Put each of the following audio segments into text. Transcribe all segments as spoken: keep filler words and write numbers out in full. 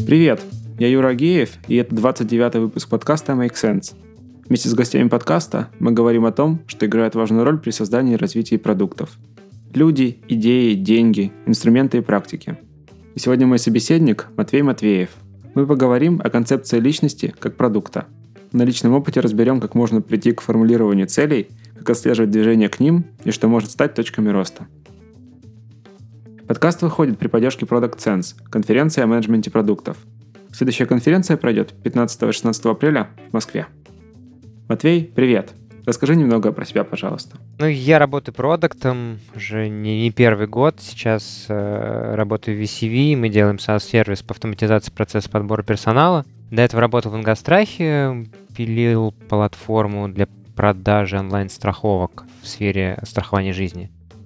Привет, я Юра Агеев, и это двадцать девятый выпуск подкаста Make Sense. Вместе с гостями подкаста мы говорим о том, что играет важную роль при создании и развитии продуктов. Люди, идеи, деньги, инструменты и практики. И сегодня мой собеседник Матвей Матвеев. Мы поговорим о концепции личности как продукта. На личном опыте разберем, как можно прийти к формулированию целей, как отслеживать движение к ним и что может стать точками роста. Подкаст выходит при поддержке Product Sense, конференции о менеджменте продуктов. Следующая конференция пройдет пятнадцатого-шестнадцатого апреля в Москве. Матвей, привет! Расскажи немного про себя, пожалуйста. Ну, я работаю продуктом уже не, не первый год. Сейчас э, работаю в ви си ви, мы делаем SaaS-сервис по автоматизации процесса подбора персонала. До этого работал в Ингострахе, пилил платформу для продажи онлайн-страховок в сфере страхования жизни.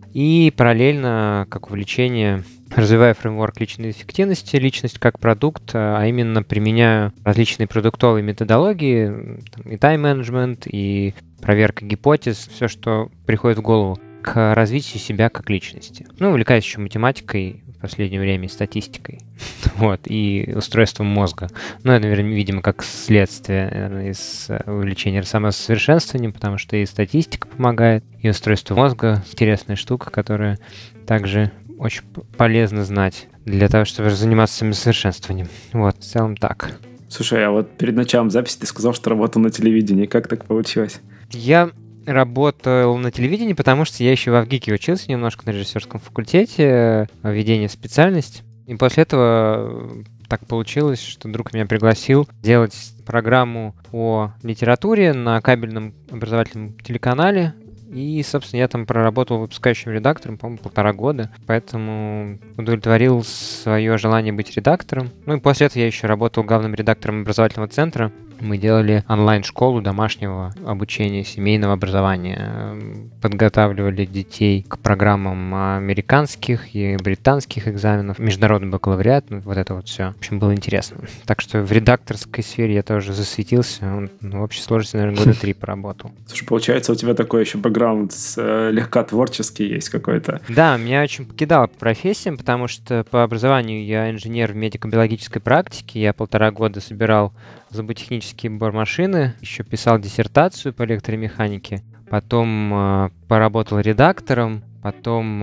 И параллельно, как увлечение, развиваю фреймворк личной эффективности, личность как продукт, а именно применяю различные продуктовые методологии, там, и тайм-менеджмент, и проверка гипотез, все, что приходит в голову к развитию себя как личности. Ну, увлекаюсь еще математикой в последнее время, и статистикой, вот, и устройством мозга. Ну, это, видимо, как следствие, наверное, из увлечения самосовершенствованием, потому что и статистика помогает, и устройство мозга — интересная штука, которая также очень полезно знать для того, чтобы заниматься самосовершенствованием. Вот, в целом так. Слушай, а вот перед началом записи ты сказал, что работал на телевидении. Как так получилось? Я работал на телевидении, потому что я еще в АВГИКе учился немножко на режиссерском факультете, введение в специальность. И после этого так получилось, что друг меня пригласил делать программу о литературе на кабельном образовательном телеканале. И, собственно, я там проработал выпускающим редактором, по-моему, полтора года, поэтому удовлетворил свое желание быть редактором. Ну и после этого я еще работал главным редактором образовательного центра. Мы делали онлайн-школу домашнего обучения, семейного образования, подготавливали детей к программам американских и британских экзаменов, международный бакалавриат, ну, вот это вот все. В общем, было интересно. Так что в редакторской сфере я тоже засветился. Ну, в общей сложности, наверное, года три поработал. Слушай, получается, у тебя такой еще бэкграунд э, легко творческий есть какой-то. Да, меня очень покидало по профессиям, потому что по образованию я инженер в медико-биологической практике. Я полтора года собирал зуботехнические бормашины, еще писал диссертацию по электромеханике, потом э, поработал редактором, потом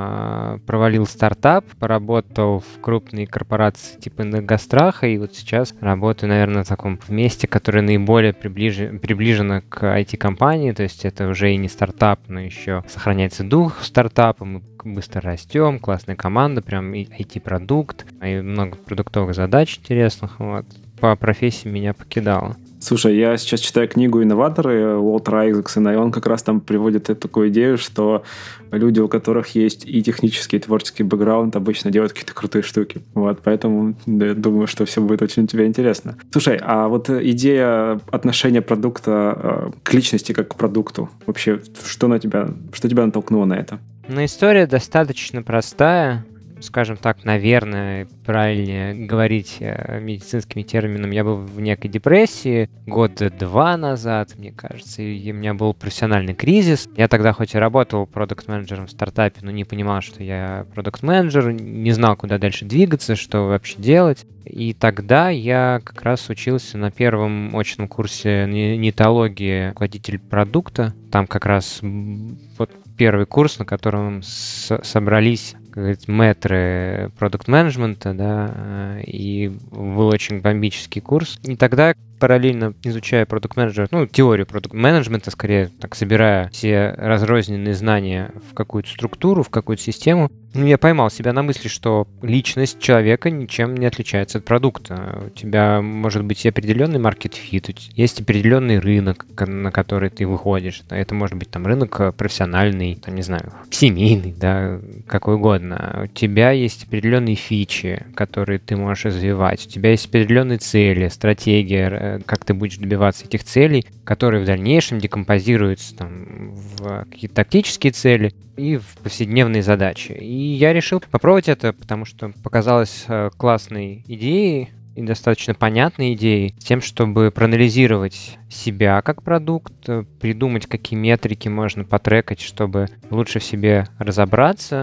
э, провалил стартап, поработал в крупной корпорации типа Ингостраха, и вот сейчас работаю, наверное, в таком месте, которое наиболее приближ... приближено к ай ти-компании, то есть это уже и не стартап, но еще сохраняется дух стартапа, мы быстро растем, классная команда, прям ай ти-продукт, и много продуктовых задач интересных, вот. По профессии меня покидало. Слушай, я сейчас читаю книгу «Инноваторы» Уолтера Айзексона, и он как раз там приводит такую идею, что люди, у которых есть и технический, и творческий бэкграунд, обычно делают какие-то крутые штуки. Вот, поэтому да, я думаю, что все будет очень тебе интересно. Слушай, а вот идея отношения продукта к личности как к продукту, вообще, что на тебя, что тебя натолкнуло на это? Ну, история достаточно простая. Скажем так, наверное, правильнее говорить медицинскими терминами, я был в некой депрессии года два назад, мне кажется, и у меня был профессиональный кризис. Я тогда хоть и работал продакт-менеджером в стартапе, но не понимал, что я продакт-менеджер, не знал, куда дальше двигаться, что вообще делать. И тогда я как раз учился на первом очном курсе нетологии руководитель продукта. Там как раз вот первый курс, на котором с- собрались, как говорить, мэтры продакт-менеджмента, да, и был очень бомбический курс. И тогда, параллельно изучая продакт-менеджер, ну, теорию продакт-менеджмента, скорее, так, собирая все разрозненные знания в какую-то структуру, в какую-то систему, ну, я поймал себя на мысли, что личность человека ничем не отличается от продукта. У тебя может быть определенный маркет-фит, есть определенный рынок, на который ты выходишь. Это может быть там рынок профессиональный, там, не знаю, семейный, да, какой угодно. У тебя есть определенные фичи, которые ты можешь развивать. У тебя есть определенные цели, стратегия, как ты будешь добиваться этих целей, которые в дальнейшем декомпозируются там, в какие-то тактические цели и в повседневные задачи. И я решил попробовать это, потому что показалось классной идеей и достаточно понятной идеей, с тем, чтобы проанализировать себя как продукт, придумать, какие метрики можно потрекать, чтобы лучше в себе разобраться,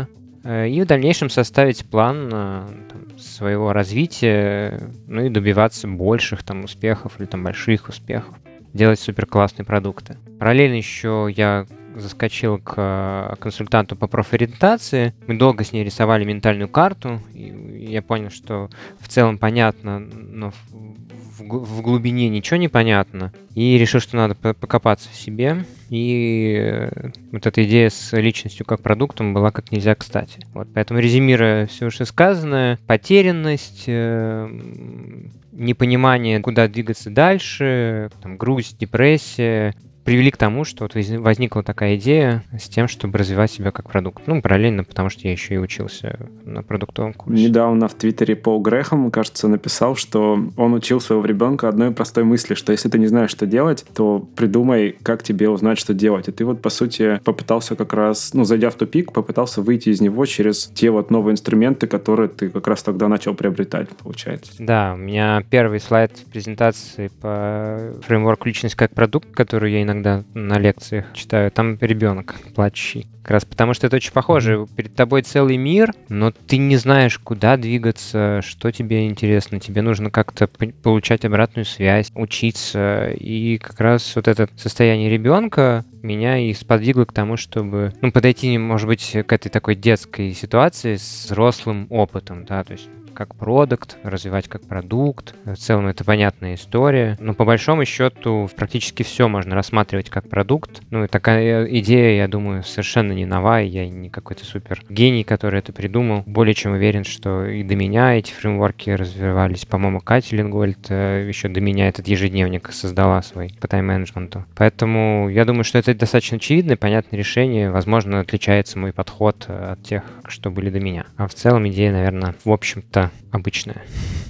и в дальнейшем составить план там, своего развития, ну и добиваться больших там успехов или там больших успехов, делать супер классные продукты. Параллельно еще я заскочил к консультанту по профориентации. Мы долго с ней рисовали ментальную карту, и я понял, что в целом понятно, но в глубине ничего не понятно. И решил, что надо покопаться в себе. И вот эта идея с личностью как продуктом была как нельзя кстати. Вот, поэтому, резюмируя все вышесказанное, потерянность, непонимание, куда двигаться дальше, там, грусть, депрессия, привели к тому, что вот возникла такая идея с тем, чтобы развивать себя как продукт. Ну, параллельно, потому что я еще и учился на продуктовом курсе. Недавно в Твиттере Пол Грэхэм, кажется, написал, что он учил своего ребенка одной простой мысли, что если ты не знаешь, что делать, то придумай, как тебе узнать, что делать. И ты вот, по сути, попытался как раз, ну, зайдя в тупик, попытался выйти из него через те вот новые инструменты, которые ты как раз тогда начал приобретать, получается. Да, у меня первый слайд в презентации по фреймворку личность как продукт, который я иногда на лекциях читаю, там ребенок плачущий. Как раз потому, что это очень похоже. Mm-hmm. Перед тобой целый мир, но ты не знаешь, куда двигаться, что тебе интересно. Тебе нужно как-то получать обратную связь, учиться. И как раз вот это состояние ребенка меня и сподвигло к тому, чтобы ну, подойти, может быть, к этой такой детской ситуации с взрослым опытом, да, то есть как продукт, развивать как продукт. В целом это понятная история. Но по большому счету практически все можно рассматривать как продукт. Ну и такая идея, я думаю, совершенно не новая. Я не какой-то супер гений, который это придумал. Более чем уверен, что и до меня эти фреймворки развивались. По-моему, Катя Лингольд еще до меня этот ежедневник создала свой по тайм-менеджменту. Поэтому я думаю, что это достаточно очевидное, понятное решение. Возможно, отличается мой подход от тех, что были до меня. А в целом идея, наверное, в общем-то обычная.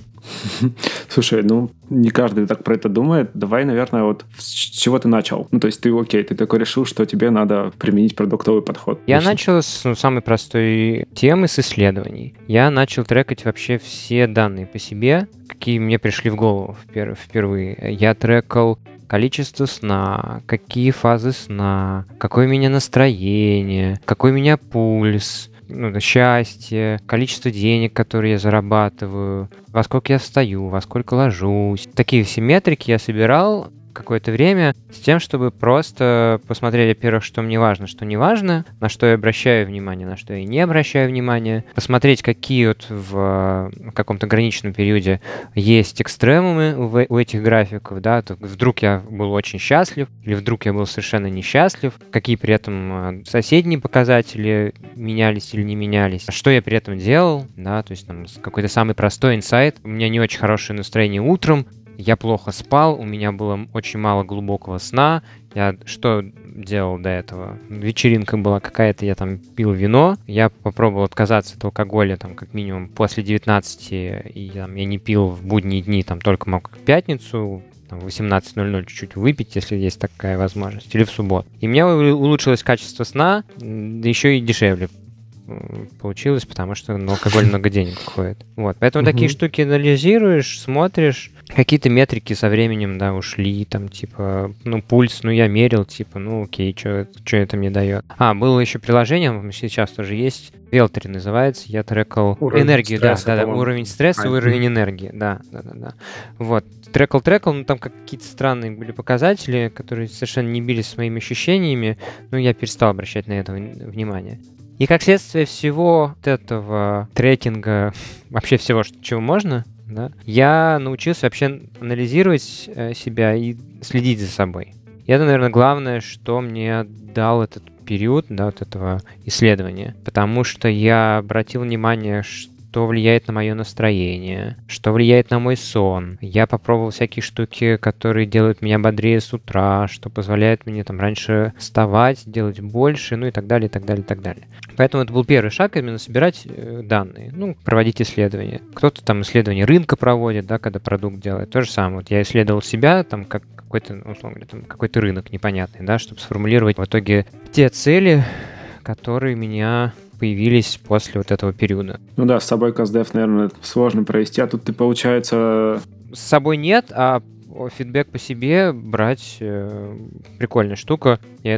Слушай, ну, не каждый так про это думает. Давай, наверное, вот с чего ты начал? Ну, то есть ты, окей, ты такой решил, что тебе надо применить продуктовый подход. Я Лично. начал с ну, самой простой темы, с исследований. Я начал трекать вообще все данные по себе, какие мне пришли в голову впервые. Я трекал количество сна, какие фазы сна, какое у меня настроение, какой у меня пульс, ну, счастье, количество денег, которые я зарабатываю, во сколько я встаю, во сколько ложусь. Такие все метрики я собирал какое-то время с тем, чтобы просто посмотреть, во-первых, что мне важно, что не важно, на что я обращаю внимание, на что я не обращаю внимания, посмотреть, какие вот в каком-то граничном периоде есть экстремумы у этих графиков, да, то вдруг я был очень счастлив, или вдруг я был совершенно несчастлив, какие при этом соседние показатели менялись или не менялись, что я при этом делал, да, то есть там какой-то самый простой инсайт, у меня не очень хорошее настроение утром, я плохо спал, у меня было очень мало глубокого сна. Я что делал до этого? Вечеринка была какая-то, я там пил вино. Я попробовал отказаться от алкоголя там как минимум после девятнадцати. И там, я не пил в будние дни, там только мог в пятницу, там, в восемнадцать ноль ноль чуть-чуть выпить, если есть такая возможность, или в субботу. И у меня улучшилось качество сна, да еще и дешевле получилось, потому что на алкоголь много денег уходит. Вот. Поэтому mm-hmm. такие штуки анализируешь, смотришь. Какие-то метрики со временем, да, ушли, там, типа, ну, пульс, ну, я мерил, типа, ну, окей, что это мне дает. А, было еще приложение, сейчас тоже есть, Велтри называется, я трекал уровень энергию, стресса, да, да, да, уровень стресса, а, уровень энергии, да, да, да, да. Вот, трекал-трекал, ну, там какие-то странные были показатели, которые совершенно не бились с моими ощущениями, но я перестал обращать на это внимание. И как следствие всего вот этого трекинга, вообще всего, чего можно, да, я научился вообще анализировать э, себя и следить за собой. И это, наверное, главное, что мне дал этот период, да, вот этого исследования. Потому что я обратил внимание, что влияет на мое настроение, что влияет на мой сон. Я попробовал всякие штуки, которые делают меня бодрее с утра, что позволяет мне там раньше вставать, делать больше, ну и так далее, и так далее, и так далее. Поэтому это был первый шаг, именно собирать э, данные, ну, проводить исследования. Кто-то там исследование рынка проводит, да, когда продукт делает. То же самое. Вот я исследовал себя, там, как какой-то, условно говоря, там, какой-то рынок непонятный, да, чтобы сформулировать в итоге те цели, которые у меня появились после вот этого периода. Ну да, с собой КСДФ, наверное, сложно провести, а тут ты, получается... С собой нет, а фидбэк по себе брать э, прикольная штука. Я эту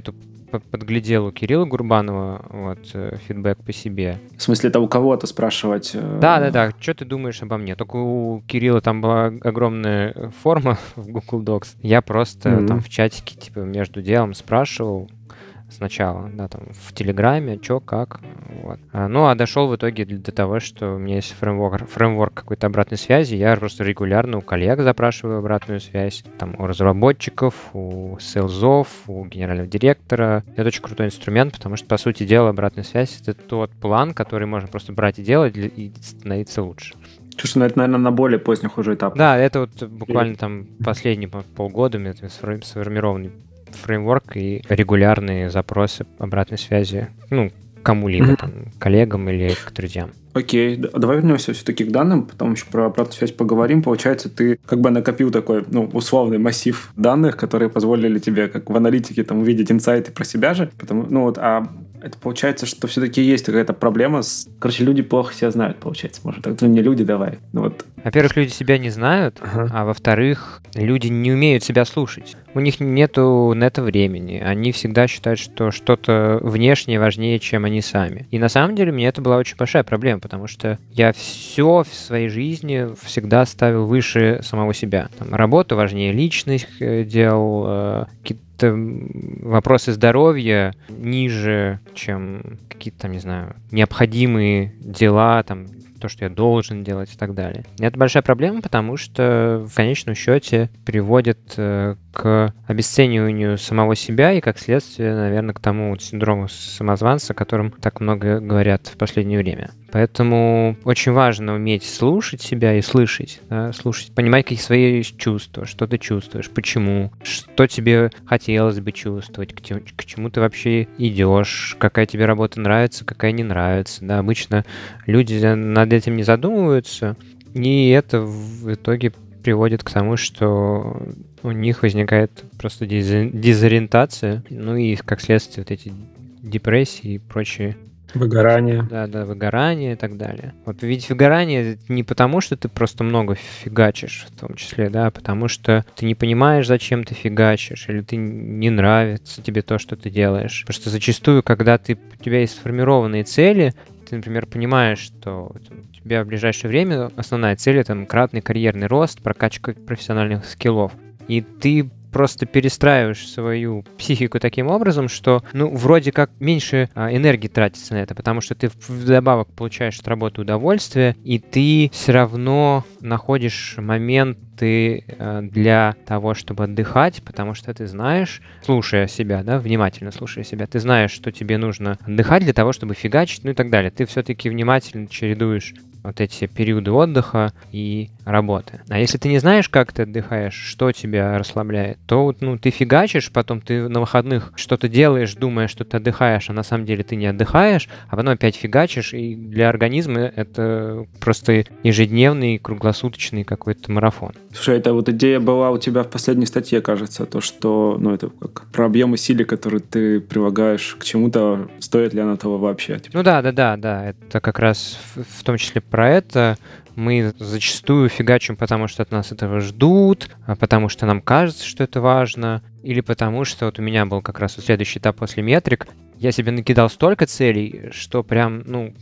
подглядел у Кирилла Гурбанова вот, фидбэк по себе. В смысле, это у кого-то спрашивать? Да-да-да, что ты думаешь обо мне? Только у Кирилла там была огромная форма в Google Docs. Я просто mm-hmm. там в чатике типа между делом спрашивал сначала, да, там в Телеграме, что, как, вот. А, ну, а дошел в итоге до того, что у меня есть фреймворк, фреймворк какой-то обратной связи, я просто регулярно у коллег запрашиваю обратную связь, там, у разработчиков, у сейлзов, у генерального директора. Это очень крутой инструмент, потому что, по сути дела, обратная связь — это тот план, который можно просто брать и делать, и становиться лучше. Слушай, ну это, наверное, на более поздних уже этапах. Да, это вот буквально там последние полгода у меня сформированный фреймворк и регулярные запросы обратной связи, ну, кому-либо, mm-hmm. там, коллегам или к друзьям. Окей, давай вернемся все-таки к данным, потом еще про обратную связь поговорим. Получается, ты как бы накопил такой, ну, условный массив данных, которые позволили тебе, как в аналитике, там, увидеть инсайты про себя же. Потому, ну, вот, а это получается, что все-таки есть какая-то проблема с... Короче, люди плохо себя знают, получается, может. Так, ну, не люди, давай. Ну, вот. Во-первых, люди себя не знают, ага. а во-вторых, люди не умеют себя слушать. У них нету на это времени. Они всегда считают, что что-то внешнее важнее, чем они сами. И на самом деле, мне это была очень большая проблема, потому что я все в своей жизни всегда ставил выше самого себя. Там, работа важнее личных дел, э, какие-то вопросы здоровья ниже, чем какие-то, там, не знаю, необходимые дела, там, то, что я должен делать и так далее. И это большая проблема, потому что в конечном счете приводит э, к обесцениванию самого себя и, как следствие, наверное, к тому вот синдрому самозванца, о котором так много говорят в последнее время. Поэтому очень важно уметь слушать себя и слышать, да, слушать, понимать, какие свои чувства, что ты чувствуешь, почему, что тебе хотелось бы чувствовать, к, те, к чему ты вообще идешь, какая тебе работа нравится, какая не нравится. Да, обычно люди над этим не задумываются, и это в итоге приводит к тому, что у них возникает просто дезориентация, ну и, как следствие, вот эти депрессии и прочие. Выгорание. Да, да, выгорание и так далее. Вот ведь выгорание не потому, что ты просто много фигачишь, в том числе, да, а потому что ты не понимаешь, зачем ты фигачишь, или ты не нравится тебе то, что ты делаешь. Потому что зачастую, когда ты, у тебя есть сформированные цели, ты, например, понимаешь, что у тебя в ближайшее время основная цель — это там, кратный карьерный рост, прокачка профессиональных скиллов. И ты просто перестраиваешь свою психику таким образом, что, ну, вроде как меньше а, энергии тратится на это, потому что ты вдобавок получаешь от работы удовольствие, и ты все равно находишь моменты а, для того, чтобы отдыхать, потому что ты знаешь, слушая себя, да, внимательно слушая себя, ты знаешь, что тебе нужно отдыхать для того, чтобы фигачить, ну и так далее. Ты все-таки внимательно чередуешь вот эти периоды отдыха и работы. А если ты не знаешь, как ты отдыхаешь, что тебя расслабляет, то ну, ты фигачишь, потом ты на выходных что-то делаешь, думая, что ты отдыхаешь, а на самом деле ты не отдыхаешь, а потом опять фигачишь, и для организма это просто ежедневный, круглосуточный какой-то марафон. Слушай, это вот идея была у тебя в последней статье, кажется, то, что, ну, это как про объем усилий, которые ты прилагаешь к чему-то, стоит ли оно того вообще? Типа. Ну да, да, да, да, это как раз в, в том числе про это. Мы зачастую фигачим, потому что от нас этого ждут, потому что нам кажется, что это важно, или потому что вот у меня был как раз вот следующий этап после метрик. Я себе накидал столько целей, что прям, ну,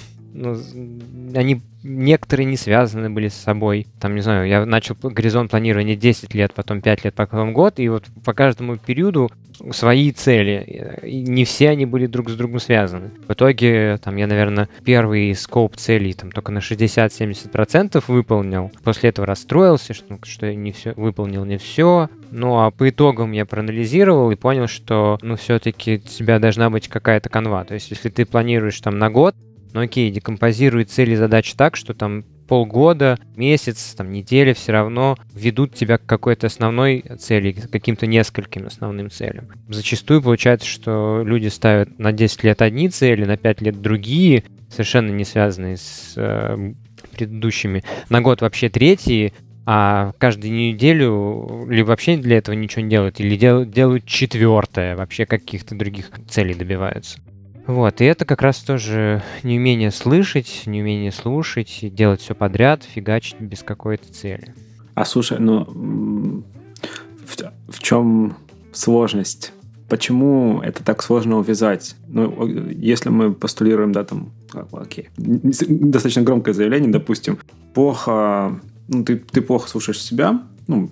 ну они некоторые не связаны были с собой. Там, не знаю, я начал горизонт планирования десять лет, потом пять лет, потом год, и вот по каждому периоду свои цели. И не все они были друг с другом связаны. В итоге, там, я, наверное, первый скоп целей там только на шестьдесят-семьдесят процентов выполнил. После этого расстроился, что, что я не все, выполнил не все. Ну, а по итогам я проанализировал и понял, что, ну, все-таки у тебя должна быть какая-то канва. То есть, если ты планируешь там на год, ну окей, декомпозируй цели и задачи так, что там полгода, месяц, там, неделя все равно ведут тебя к какой-то основной цели, к каким-то нескольким основным целям. Зачастую получается, что люди ставят на десять лет одни цели, на пять лет другие, совершенно не связанные с э, предыдущими. На год вообще третьи, а каждую неделю либо вообще для этого ничего не делают, или дел, делают четвертое, вообще каких-то других целей добиваются. Вот, и это как раз тоже неумение слышать, неумение слушать, делать все подряд, фигачить без какой-то цели. А слушай, ну в, в чем сложность почему это так сложно увязать? Ну, если мы постулируем, да, там, окей, достаточно громкое заявление, допустим, плохо, ну, ты, ты плохо слушаешь себя, ну,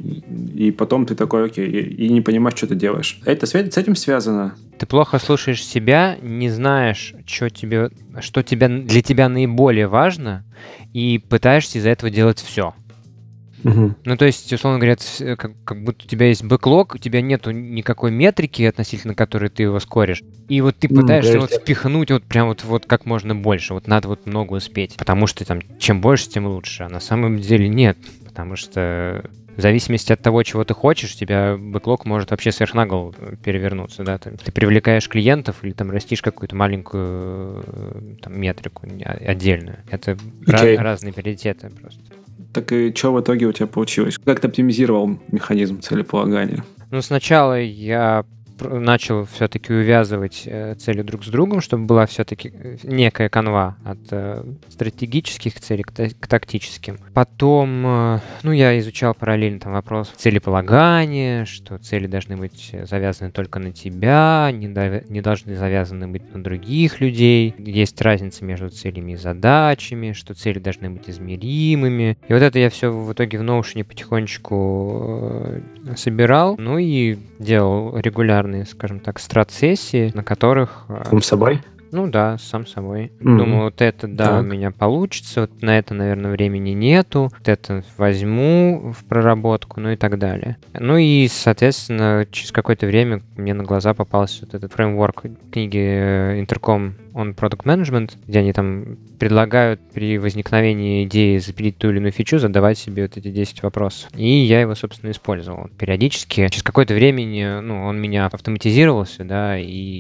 и потом ты такой, окей, и не понимаешь, что ты делаешь. Это с этим связано? Ты плохо слушаешь себя, не знаешь, что тебе, что тебе, для тебя наиболее важно, и пытаешься из-за этого делать все. Угу. Ну, то есть, условно говоря, как, как будто у тебя есть бэклог, у тебя нету никакой метрики, относительно которой ты его скоришь. И вот ты пытаешься mm, вот впихнуть вот прям вот, вот как можно больше. Вот надо вот много успеть. Потому что там чем больше, тем лучше. А на самом деле нет. Потому что в зависимости от того, чего ты хочешь, у тебя бэклог может вообще сверх на голову перевернуться. Да? Ты, ты привлекаешь клиентов или там растишь какую-то маленькую там, метрику отдельную. Это okay. ra- разные приоритеты просто. Так и что в итоге у тебя получилось? Как ты оптимизировал механизм целеполагания? Ну, сначала я начал все-таки увязывать э, цели друг с другом, чтобы была все-таки некая канва от э, стратегических целей к, к тактическим. Потом, э, ну, я изучал параллельно там вопрос целеполагания, что цели должны быть завязаны только на тебя, не, до, не должны завязаны быть на других людей. Есть разница между целями и задачами, что цели должны быть измеримыми. И вот это я все в итоге в Notion потихонечку э, собирал, ну и делал регулярно, скажем так, страт-сессии, на которых... Сам собой? Ну да, сам собой. Mm-hmm. Думаю, вот это, да, так. у меня получится, вот на это, наверное, времени нету, вот это возьму в проработку, ну и так далее. Ну и, соответственно, через какое-то время мне на глаза попался вот этот фреймворк книги Intercom on Product Management, где они там предлагают при возникновении идеи запилить ту или иную фичу задавать себе вот эти десять вопросов. И я его, собственно, использовал. Периодически, через какое-то время, ну, он меня автоматизировался, да,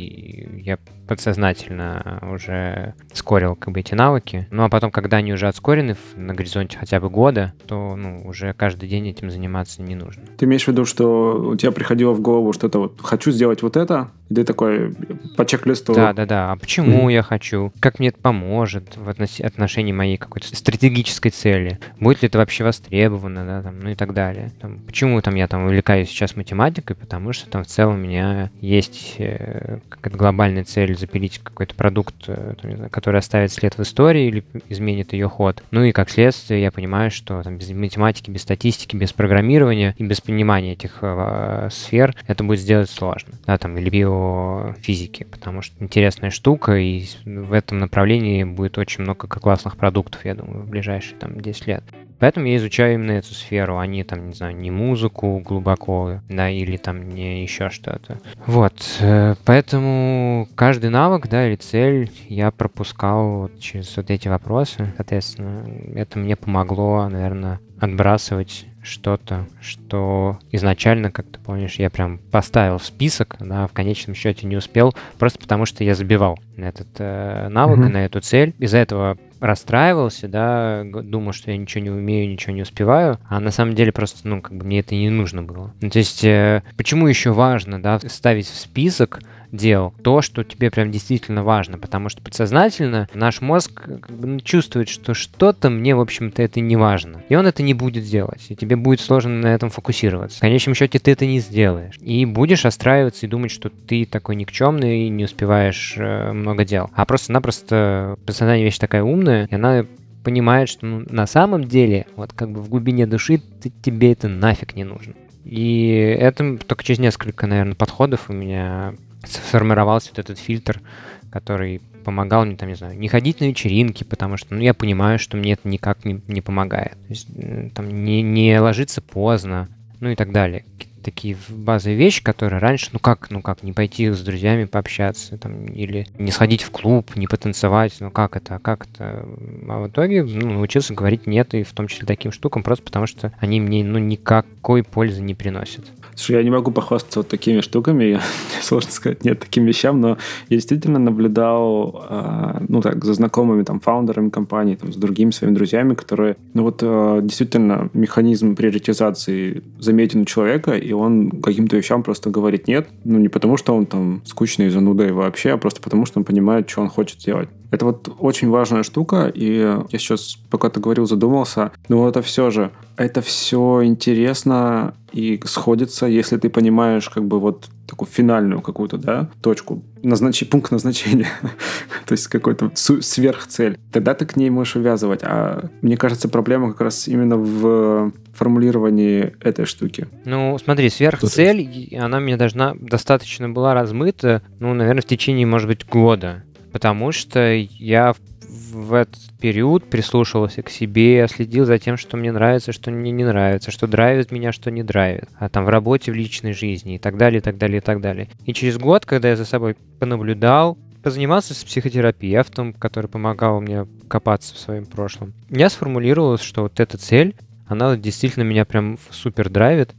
и я подсознательно уже скорил как бы эти навыки. Ну, а потом, когда они уже отскорены на горизонте хотя бы года, то, ну, уже каждый день этим заниматься не нужно. Ты имеешь в виду, что у тебя приходило в голову что-то вот «хочу сделать вот это», и ты такой по чек-листу... Да-да-да. А почему mm-hmm. я хочу? Как мне это поможет в относ- отношении моей какой-то стратегической цели? Будет ли это вообще востребовано, да, там, ну и так далее. Там, почему там я там увлекаюсь сейчас математикой? Потому что там в целом у меня есть э, какая-то глобальная цель запилить какой-то продукт, э, там, не знаю, который оставит след в истории или изменит ее ход. Ну и как следствие я понимаю, что там без математики, без статистики, без программирования и без понимания этих э, сфер это будет сделать сложно. Да, там, или био физики, потому что интересная штука, и в этом направлении будет очень много классных продуктов, я думаю, в ближайшие там десять лет. Поэтому я изучаю именно эту сферу, а не там, не знаю, не музыку глубоко, да, или там не еще что-то. Вот, поэтому каждый навык, да, или цель я пропускал вот через вот эти вопросы, соответственно, это мне помогло, наверное, отбрасывать что-то, что изначально, как ты помнишь, я прям поставил в список, да, в конечном счете не успел, просто потому что я забивал на этот э, навык mm-hmm. и на эту цель. Из-за этого расстраивался, да, думал, что я ничего не умею, ничего не успеваю, а на самом деле просто, ну, как бы мне это и не нужно было. Ну, то есть, э, почему еще важно, да, ставить в список дел то, что тебе прям действительно важно, потому что подсознательно наш мозг как бы чувствует, что что-то мне, в общем-то, это не важно, и он это не будет делать, и тебе будет сложно на этом фокусироваться. В конечном счете ты это не сделаешь, и будешь расстраиваться и думать, что ты такой никчемный и не успеваешь э, много дел. А просто-напросто подсознание вещь такая умная, и она понимает, что ну, на самом деле, вот как бы в глубине души ты, тебе это нафиг не нужно. И это только через несколько, наверное, подходов у меня сформировался вот этот фильтр, который помогал мне, там, не знаю, не ходить на вечеринки, потому что, ну, я понимаю, что мне это никак не, не помогает. То есть, там, не, не ложиться поздно, ну и так далее. Такие базовые вещи, которые раньше, ну как, ну как, не пойти с друзьями пообщаться, там, или не сходить в клуб, не потанцевать, ну как это, как это. А в итоге, ну, научился говорить нет, и в том числе таким штукам, просто потому что они мне, ну, никакой пользы не приносят. Слушай, я не могу похвастаться вот такими штуками, я, сложно сказать нет таким вещам, но я действительно наблюдал, э, ну так, за знакомыми там фаундерами компаний, там, с другими своими друзьями, которые, ну вот э, действительно механизм приоритизации заметен у человека, и и он каким-то вещам просто говорит нет. Ну, не потому, что он там скучный и зануда вообще, а просто потому, что он понимает, что он хочет делать. Это вот очень важная штука, и я сейчас, пока ты говорил, задумался, но это все же, это все интересно и сходится, если ты понимаешь как бы вот такую финальную какую-то, да, точку, назнач... пункт назначения, то есть какой-то сверхцель. Тогда ты к ней можешь увязывать. А мне кажется, проблема как раз именно в формулировании этой штуки. Ну, смотри, сверхцель, она мне должна достаточно была размыта, ну, наверное, в течение, может быть, года. Потому что я в, в этот период прислушивался к себе, следил за тем, что мне нравится, что мне не нравится, что драйвит меня, что не драйвит. А там в работе, в личной жизни и так далее, и так далее, и так далее. И через год, когда я за собой понаблюдал, позанимался с психотерапевтом, который помогал мне копаться в своем прошлом, я сформулировал, что вот эта цель, она действительно меня прям супер драйвит,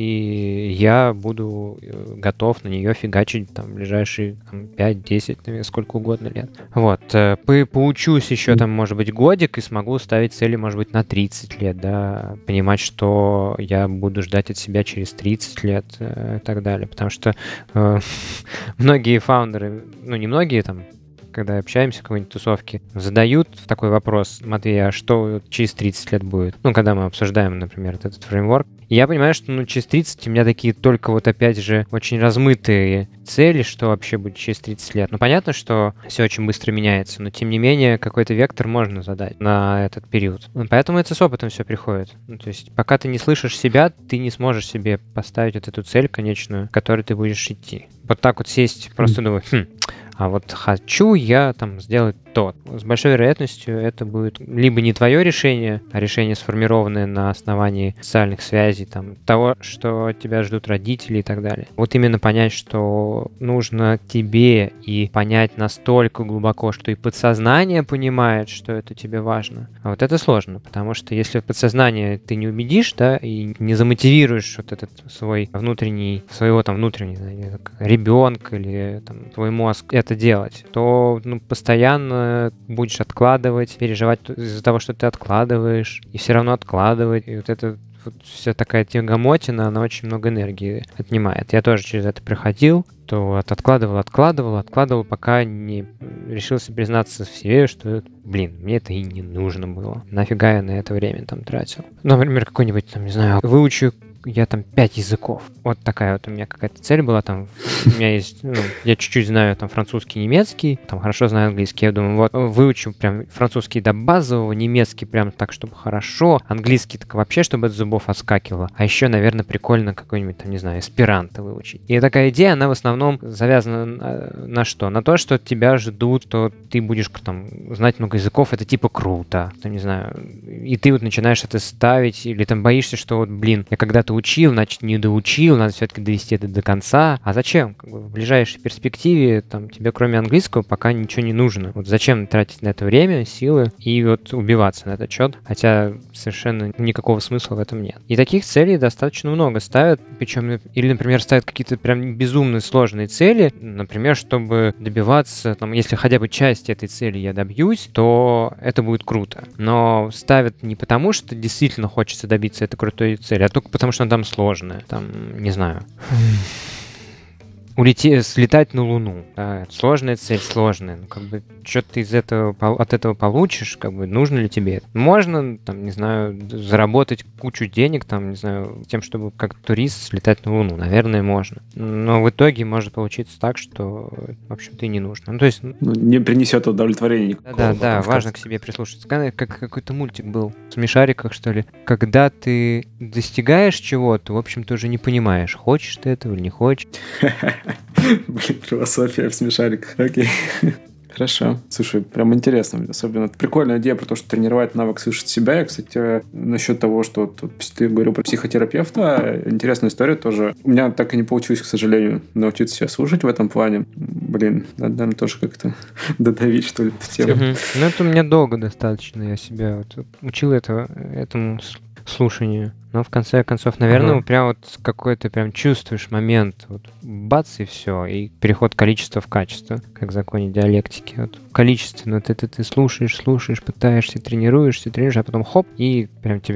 и я буду готов на нее фигачить там в ближайшие там, пять-десять, сколько угодно лет. Вот. По поучусь еще там, может быть, годик и смогу ставить цели, может быть, на тридцать лет, да, понимать, что я буду ждать от себя через тридцать лет и так далее. Потому что э, многие фаундеры, ну не многие там, когда общаемся в какой-нибудь тусовке, задают такой вопрос: Матвей, а что через тридцать лет будет? Ну, когда мы обсуждаем, например, этот фреймворк. И я понимаю, что ну, через тридцать у меня такие только вот опять же очень размытые цели, что вообще будет через тридцать лет. Ну, понятно, что все очень быстро меняется, но тем не менее какой-то вектор можно задать на этот период. Поэтому это с опытом все приходит. Ну, то есть пока ты не слышишь себя, ты не сможешь себе поставить вот эту цель конечную, к которой ты будешь идти. Вот так вот сесть, просто думать, хм, а вот хочу я там сделать то. С большой вероятностью это будет либо не твое решение, а решение, сформированное на основании социальных связей, там, того, что тебя ждут родители и так далее. Вот именно понять, что нужно тебе, и понять настолько глубоко, что и подсознание понимает, что это тебе важно. А вот это сложно, потому что если в подсознание ты не убедишь, да, и не замотивируешь вот этот свой внутренний, своего там внутреннего, не знаю, ребенка или там, твой мозг это делать, то ну, постоянно будешь откладывать, переживать из-за того, что ты откладываешь, и все равно откладывать. И вот это вот вся такая тягомотина, она очень много энергии отнимает. Я тоже через это проходил, то от откладывал, откладывал, откладывал, пока не решился признаться в себе, что, блин, мне это и не нужно было. Нафига я на это время там тратил? Например, какой-нибудь, там, не знаю, выучу я там пять языков. Вот такая вот у меня какая-то цель была там. У меня есть, ну, я чуть-чуть знаю там французский, немецкий, там хорошо знаю английский. Я думаю, вот выучу прям французский до базового, немецкий прям так, чтобы хорошо, английский так вообще, чтобы от зубов отскакивало. А еще, наверное, прикольно какой-нибудь там, не знаю, эсперанто выучить. И такая идея, она в основном завязана на, на что? На то, что тебя ждут, что ты будешь там знать много языков, это типа круто. Там, не знаю, и ты вот начинаешь это ставить, или там боишься, что вот, блин, я когда-то учил, значит, не доучил, надо все-таки довести это до конца. А зачем? Как бы в ближайшей перспективе там тебе кроме английского пока ничего не нужно. Вот зачем тратить на это время, силы и вот убиваться на этот счет, хотя совершенно никакого смысла в этом нет. И таких целей достаточно много ставят, причем или, например, ставят какие-то прям безумно сложные цели, например, чтобы добиваться, там, если хотя бы часть этой цели я добьюсь, то это будет круто. Но ставят не потому, что действительно хочется добиться этой крутой цели, а только потому, что там сложное, там, не знаю, улететь, слетать на Луну. Да, сложная цель, сложная. Ну, как бы, что ты из этого, от этого получишь, как бы, нужно ли тебе это? Можно, там, не знаю, заработать кучу денег, там, не знаю, тем, чтобы как турист слетать на Луну. Наверное, можно. Но в итоге может получиться так, что, в общем-то, и не нужно. Ну, то есть... Ну, не принесет удовлетворения никакого. Да, да, важно к себе прислушаться. Как какой-то мультик был в смешариках, что ли. Когда ты достигаешь чего-то, в общем-то, уже не понимаешь, хочешь ты этого или не хочешь. Блин, философия в смешариках. Окей. Хорошо. Слушай, прям интересно. Особенно прикольная идея про то, что тренировать навык слышать себя. Я, кстати, насчет того, что тут ты говорил про психотерапевта, интересная история тоже. У меня так и не получилось, к сожалению, научиться себя слушать в этом плане. Блин, надо, наверное, тоже как-то додавить, что ли, эту тему. Угу. Ну, это у меня долго достаточно. Я себя вот учил этого, этому слушанию. Но в конце концов, наверное, uh-huh. прям вот какой-то прям чувствуешь момент, вот бац, и все, и переход количества в качество, как в законе диалектики. Вот количественно ты, ты, ты слушаешь, слушаешь, пытаешься, тренируешься, тренируешь, а потом хоп, и прям тебе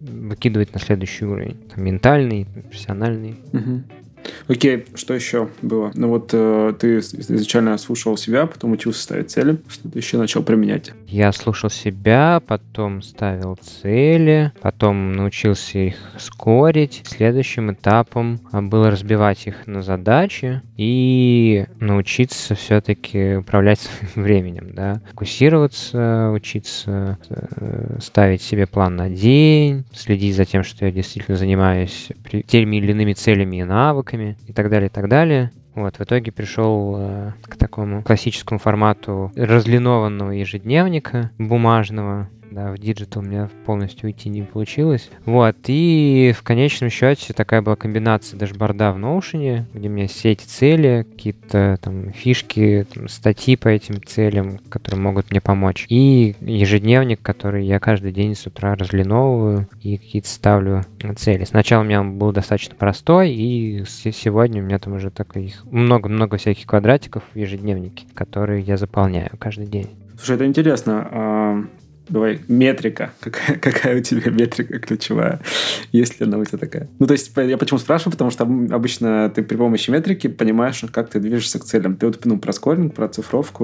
выкидывать на следующий уровень. Там, ментальный, профессиональный. Угу. Окей, что еще было? Ну вот э, ты изначально слушал себя, потом учился ставить цели, что ты еще начал применять? Я слушал себя, потом ставил цели, потом научился их скорить. Следующим этапом было разбивать их на задачи и научиться все-таки управлять своим временем, да, фокусироваться, учиться э, ставить себе план на день, следить за тем, что я действительно занимаюсь теми или иными целями и навыками, и так далее, и так далее. Вот, в итоге пришел э, к такому классическому формату разлинованного ежедневника бумажного. Да, в диджитал у меня полностью уйти не получилось. Вот, и в конечном счете такая была комбинация дашборда в Notion, где у меня все эти цели, какие-то там фишки, там, статьи по этим целям, которые могут мне помочь. И ежедневник, который я каждый день с утра разлиновываю и какие-то ставлю цели. Сначала у меня он был достаточно простой, и сегодня у меня там уже таких много-много всяких квадратиков в ежедневнике, которые я заполняю каждый день. Слушай, это интересно. Давай, метрика. Какая, какая у тебя метрика ключевая? Есть ли она у тебя такая? Ну, то есть, я почему спрашиваю? Потому что обычно ты при помощи метрики понимаешь, как ты движешься к целям. Ты вот ну, про скоринг, про цифровку.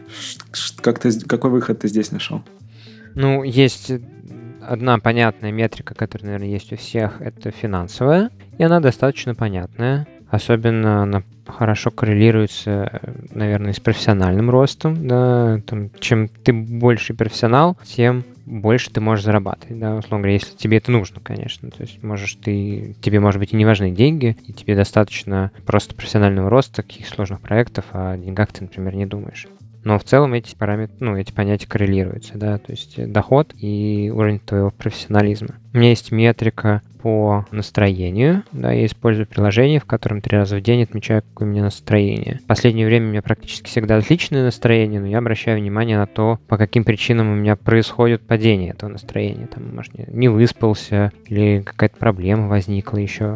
Как ты, какой выход ты здесь нашел? Ну, есть одна понятная метрика, которая, наверное, есть у всех. Это финансовая. И она достаточно понятная. Особенно она хорошо коррелируется, наверное, с профессиональным ростом. Да? Там, чем ты больше профессионал, тем больше ты можешь зарабатывать. Да? Условно говоря, если тебе это нужно, конечно. То есть можешь ты, тебе, может быть, и не важны деньги, и тебе достаточно просто профессионального роста, таких сложных проектов, а о деньгах ты, например, не думаешь. Но в целом эти параметры, ну, эти понятия коррелируются, да, то есть доход и уровень твоего профессионализма. У меня есть метрика по настроению, да, я использую приложение, в котором три раза в день отмечаю, какое у меня настроение. В последнее время у меня практически всегда отличное настроение, но я обращаю внимание на то, по каким причинам у меня происходит падение этого настроения. Там, может, не выспался или какая-то проблема возникла еще.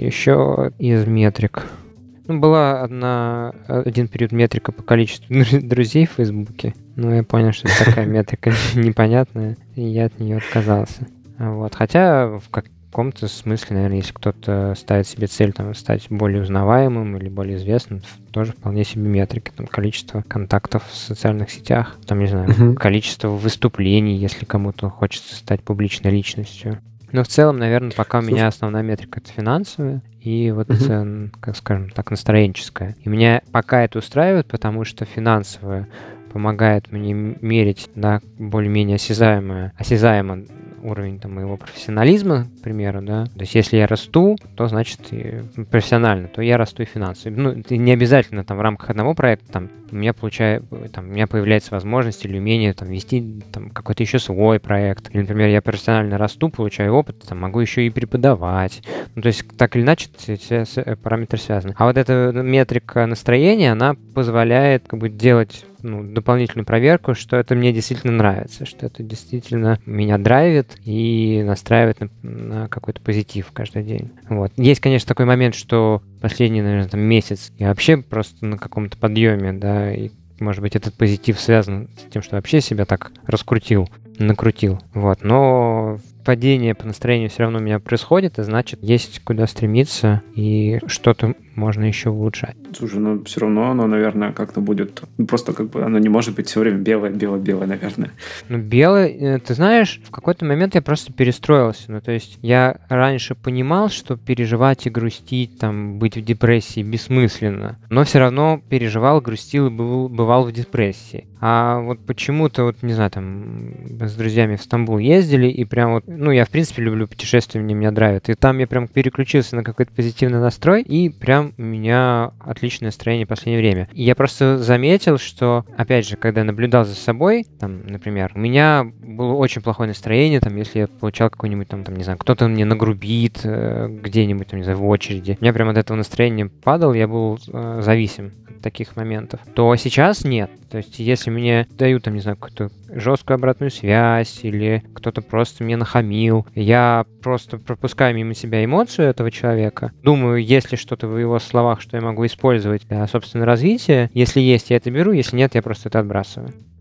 Еще из метрик. Ну, была одна, один период метрика по количеству друзей в Фейсбуке, но я понял, что это такая метрика непонятная, и я от нее отказался. Вот. Хотя в каком-то смысле, наверное, если кто-то ставит себе цель там, стать более узнаваемым или более известным, тоже вполне себе метрики. Там, количество контактов в социальных сетях, там, не знаю, uh-huh. количество выступлений, если кому-то хочется стать публичной личностью. Но в целом, наверное, пока у меня основная метрика — это финансовая и вот, uh-huh. как скажем так, настроенческая. И меня пока это устраивает, потому что финансовая помогает мне мерить на более-менее осязаемое, осязаемо уровень там, моего профессионализма, к примеру, да. То есть если я расту, то значит профессионально, то я расту и финансово. Ну, это не обязательно там в рамках одного проекта, там у меня получаю, там, у меня появляется возможность или умение там вести там какой-то еще свой проект. Или, например, я профессионально расту, получаю опыт, там могу еще и преподавать. Ну, то есть так или иначе все параметры связаны. А вот эта метрика настроения, она позволяет как бы делать ну, дополнительную проверку, что это мне действительно нравится, что это действительно меня драйвит и настраивает на, на какой-то позитив каждый день. Вот. Есть, конечно, такой момент, что последний, наверное, там, месяц я вообще просто на каком-то подъеме, да, и, может быть, этот позитив связан с тем, что вообще себя так раскрутил, накрутил. Вот. Но падение по настроению все равно у меня происходит, и значит, есть куда стремиться, и что-то можно еще улучшать. Слушай, ну все равно оно, наверное, как-то будет... Ну, просто как бы оно не может быть все время белое, белое, белое, наверное. Ну, белое... Ты знаешь, в какой-то момент я просто перестроился. Ну, то есть я раньше понимал, что переживать и грустить, там, быть в депрессии бессмысленно, но все равно переживал, грустил и бывал, бывал в депрессии. А вот почему-то, вот, не знаю, там, с друзьями в Стамбул ездили, и прям вот... Ну, я, в принципе, люблю путешествия, мне меня драйвит. И там я прям переключился на какой-то позитивный настрой, и прям у меня отличное настроение в последнее время. И я просто заметил, что, опять же, когда я наблюдал за собой, там, например, у меня было очень плохое настроение, там, если я получал какой-нибудь, там, там не знаю, кто-то мне нагрубит э, где-нибудь, там, не знаю, в очереди. У меня прям от этого настроения падал, я был э, зависим от таких моментов. То сейчас нет. То есть, если мне дают, там, не знаю, какую-то жесткую обратную связь, или кто-то просто мне нахамил, я просто пропускаю мимо себя эмоцию этого человека, думаю, есть ли что-то в его словах, что я могу использовать для собственного развития. Если есть, я это беру, если нет, я просто это отбрасываю. То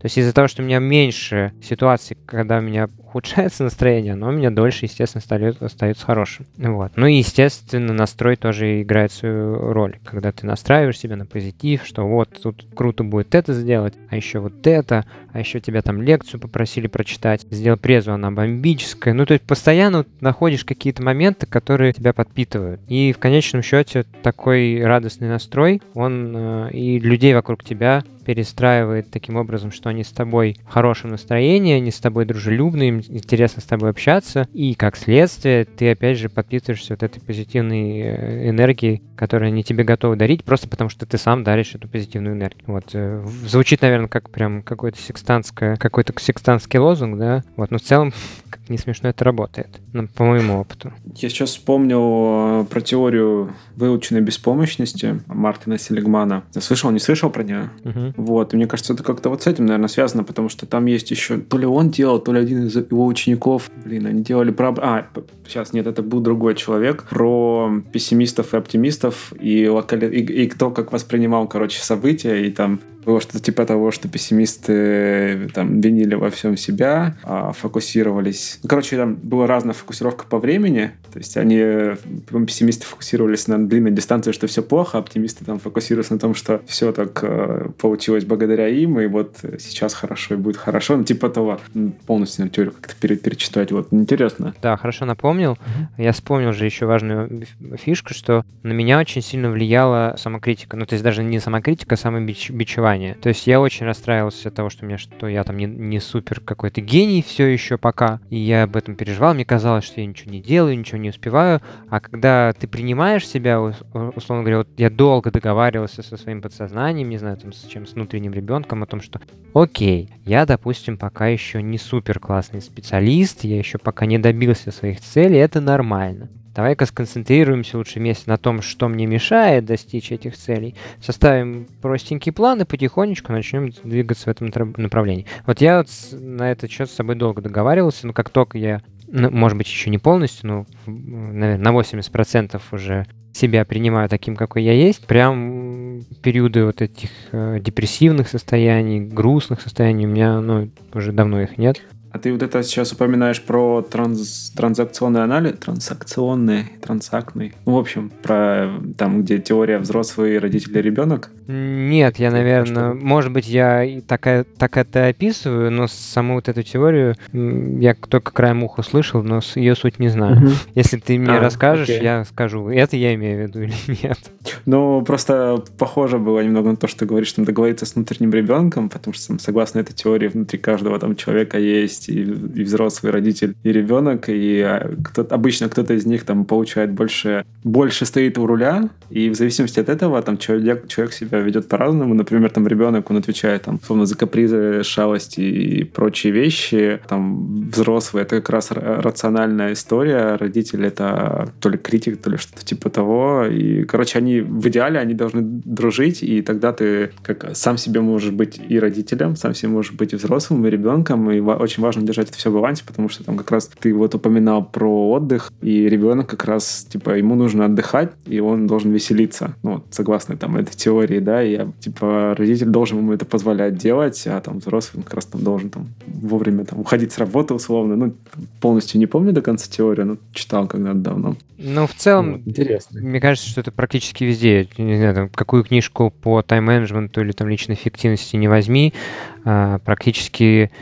То есть из-за того, что у меня меньше ситуаций, когда у меня ухудшается настроение, оно у меня дольше, естественно, остается, остается хорошим. Вот. Ну и, естественно, настрой тоже играет свою роль. Когда ты настраиваешь себя на позитив, что вот тут круто будет это сделать, а еще вот это, а еще тебя там лекцию попросили прочитать, сделал презу, она бомбическая. Ну, то есть постоянно находишь какие-то моменты, которые тебя подпитывают. И в конечном счете такой радостный настрой, он э, и людей вокруг тебя перестраивает таким образом, что они с тобой в хорошем настроении, они с тобой дружелюбны, им интересно с тобой общаться, и как следствие ты опять же подпитываешься вот этой позитивной энергией, которую они тебе готовы дарить, просто потому что ты сам даришь эту позитивную энергию. Вот. Звучит, наверное, как прям какой-то секстантское, какой-то секстантский лозунг, да, вот, но в целом, как не смешно, это работает, ну, по моему опыту. Я сейчас вспомнил про теорию выученной беспомощности Мартина Селигмана. Слышал, не слышал про нее? Uh-huh. Вот, и мне кажется, это как-то вот с этим, наверное, связано, потому что там есть еще, то ли он делал, то ли один из его учеников, блин, они делали про... А, сейчас, нет, это был другой человек, про пессимистов и оптимистов, и, локали... и, и кто как воспринимал, короче, события, и там было что-то типа того, что пессимисты там винили во всем себя, а фокусировались... Ну, короче, там была разная фокусировка по времени, то есть они, пессимисты фокусировались на длинной дистанции, что все плохо, а оптимисты там фокусировались на том, что все так э, получилось благодаря им, и вот сейчас хорошо, и будет хорошо. Ну, типа того, полностью на теорию как-то пере- перечитать. Вот, интересно. Да, хорошо напомнил. Mm-hmm. Я вспомнил же еще важную фишку, что на меня очень сильно влияла самокритика. Ну, то есть даже не самокритика, а самобичевание. То есть я очень расстраивался от того, что у меня что я там не, не супер какой-то гений все еще пока, и я об этом переживал. Мне казалось, что я ничего не делаю, ничего не успеваю. А когда ты принимаешь себя, условно говоря, вот я долго договаривался со своим подсознанием, не знаю, там, с чем, с внутренним ребенком, о том, что окей, я, допустим, пока еще не супер классный специалист, я еще пока не добился своих целей, это нормально. Давай-ка сконцентрируемся лучше вместе на том, что мне мешает достичь этих целей. Составим простенький план и потихонечку начнем двигаться в этом направлении. Вот я вот на этот счет с собой долго договаривался, но как только я, ну, может быть, еще не полностью, но, наверное, на восемьдесят процентов уже себя принимаю таким, какой я есть, прям периоды вот этих э, депрессивных состояний, грустных состояний у меня, ну, уже давно их нет. А ты вот это сейчас упоминаешь про транс, транзакционный анализ, транзакционный, транзактный, ну, в общем, про там, где теория взрослый, родитель и ребенок? Нет, я, наверное, что? Может быть, я так, так это описываю, но саму вот эту теорию я только краем уха слышал, но ее суть не знаю. Угу. Если ты мне а, расскажешь, окей. Я скажу, это я имею в виду или нет. Ну, просто похоже было немного на то, что ты говоришь, там, договориться с внутренним ребенком, потому что, там, согласно этой теории, внутри каждого там человека есть и, и взрослый родитель, и ребенок, и кто, обычно кто-то из них там получает больше, больше стоит у руля, и в зависимости от этого там человек, человек себя ведет по-разному. Например, там ребенок, он отвечает там, условно, за капризы, шалости и прочие вещи. Там взрослый — это как раз рациональная история, родитель — это то ли критик, то ли что-то типа того. И, короче, они в идеале они должны дружить, и тогда ты как сам себе можешь быть и родителем, сам себе можешь быть и взрослым, и ребенком, и очень важно держать это все в балансе, потому что там как раз ты вот упоминал про отдых, и ребенок как раз, типа, ему нужно отдыхать, и он должен веселиться, ну, вот, согласно там этой теории, да, и, типа, родитель должен ему это позволять делать, а там взрослый как раз там должен там вовремя там уходить с работы, условно, ну, полностью не помню до конца теорию, но читал когда-то давно. Ну, в целом, вот, интересно. Мне кажется, что это практически везде. Не знаю, там, какую книжку по тайм-менеджменту или там личной эффективности не возьми, а, практически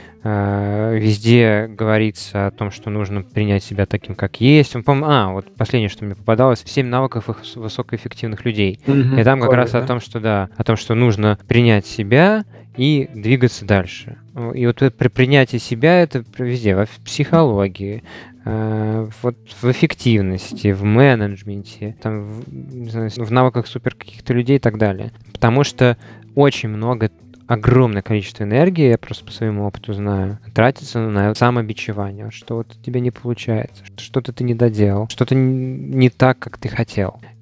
а, везде говорится о том, что нужно принять себя таким, как есть. А, вот последнее, что мне попадалось, «Семь навыков высокоэффективных людей». Mm-hmm. И там как Ой, раз да? о том, что да, о том, что нужно принять себя и двигаться дальше. И вот при принятии себя это везде, в психологии, вот в эффективности, в менеджменте, там, в, не знаю, в навыках супер каких-то людей и так далее. Потому что очень много, огромное количество энергии, я просто по своему опыту знаю, тратится на самобичевание, что вот у тебя не получается, что-то ты не доделал, что-то не так, как ты хотел.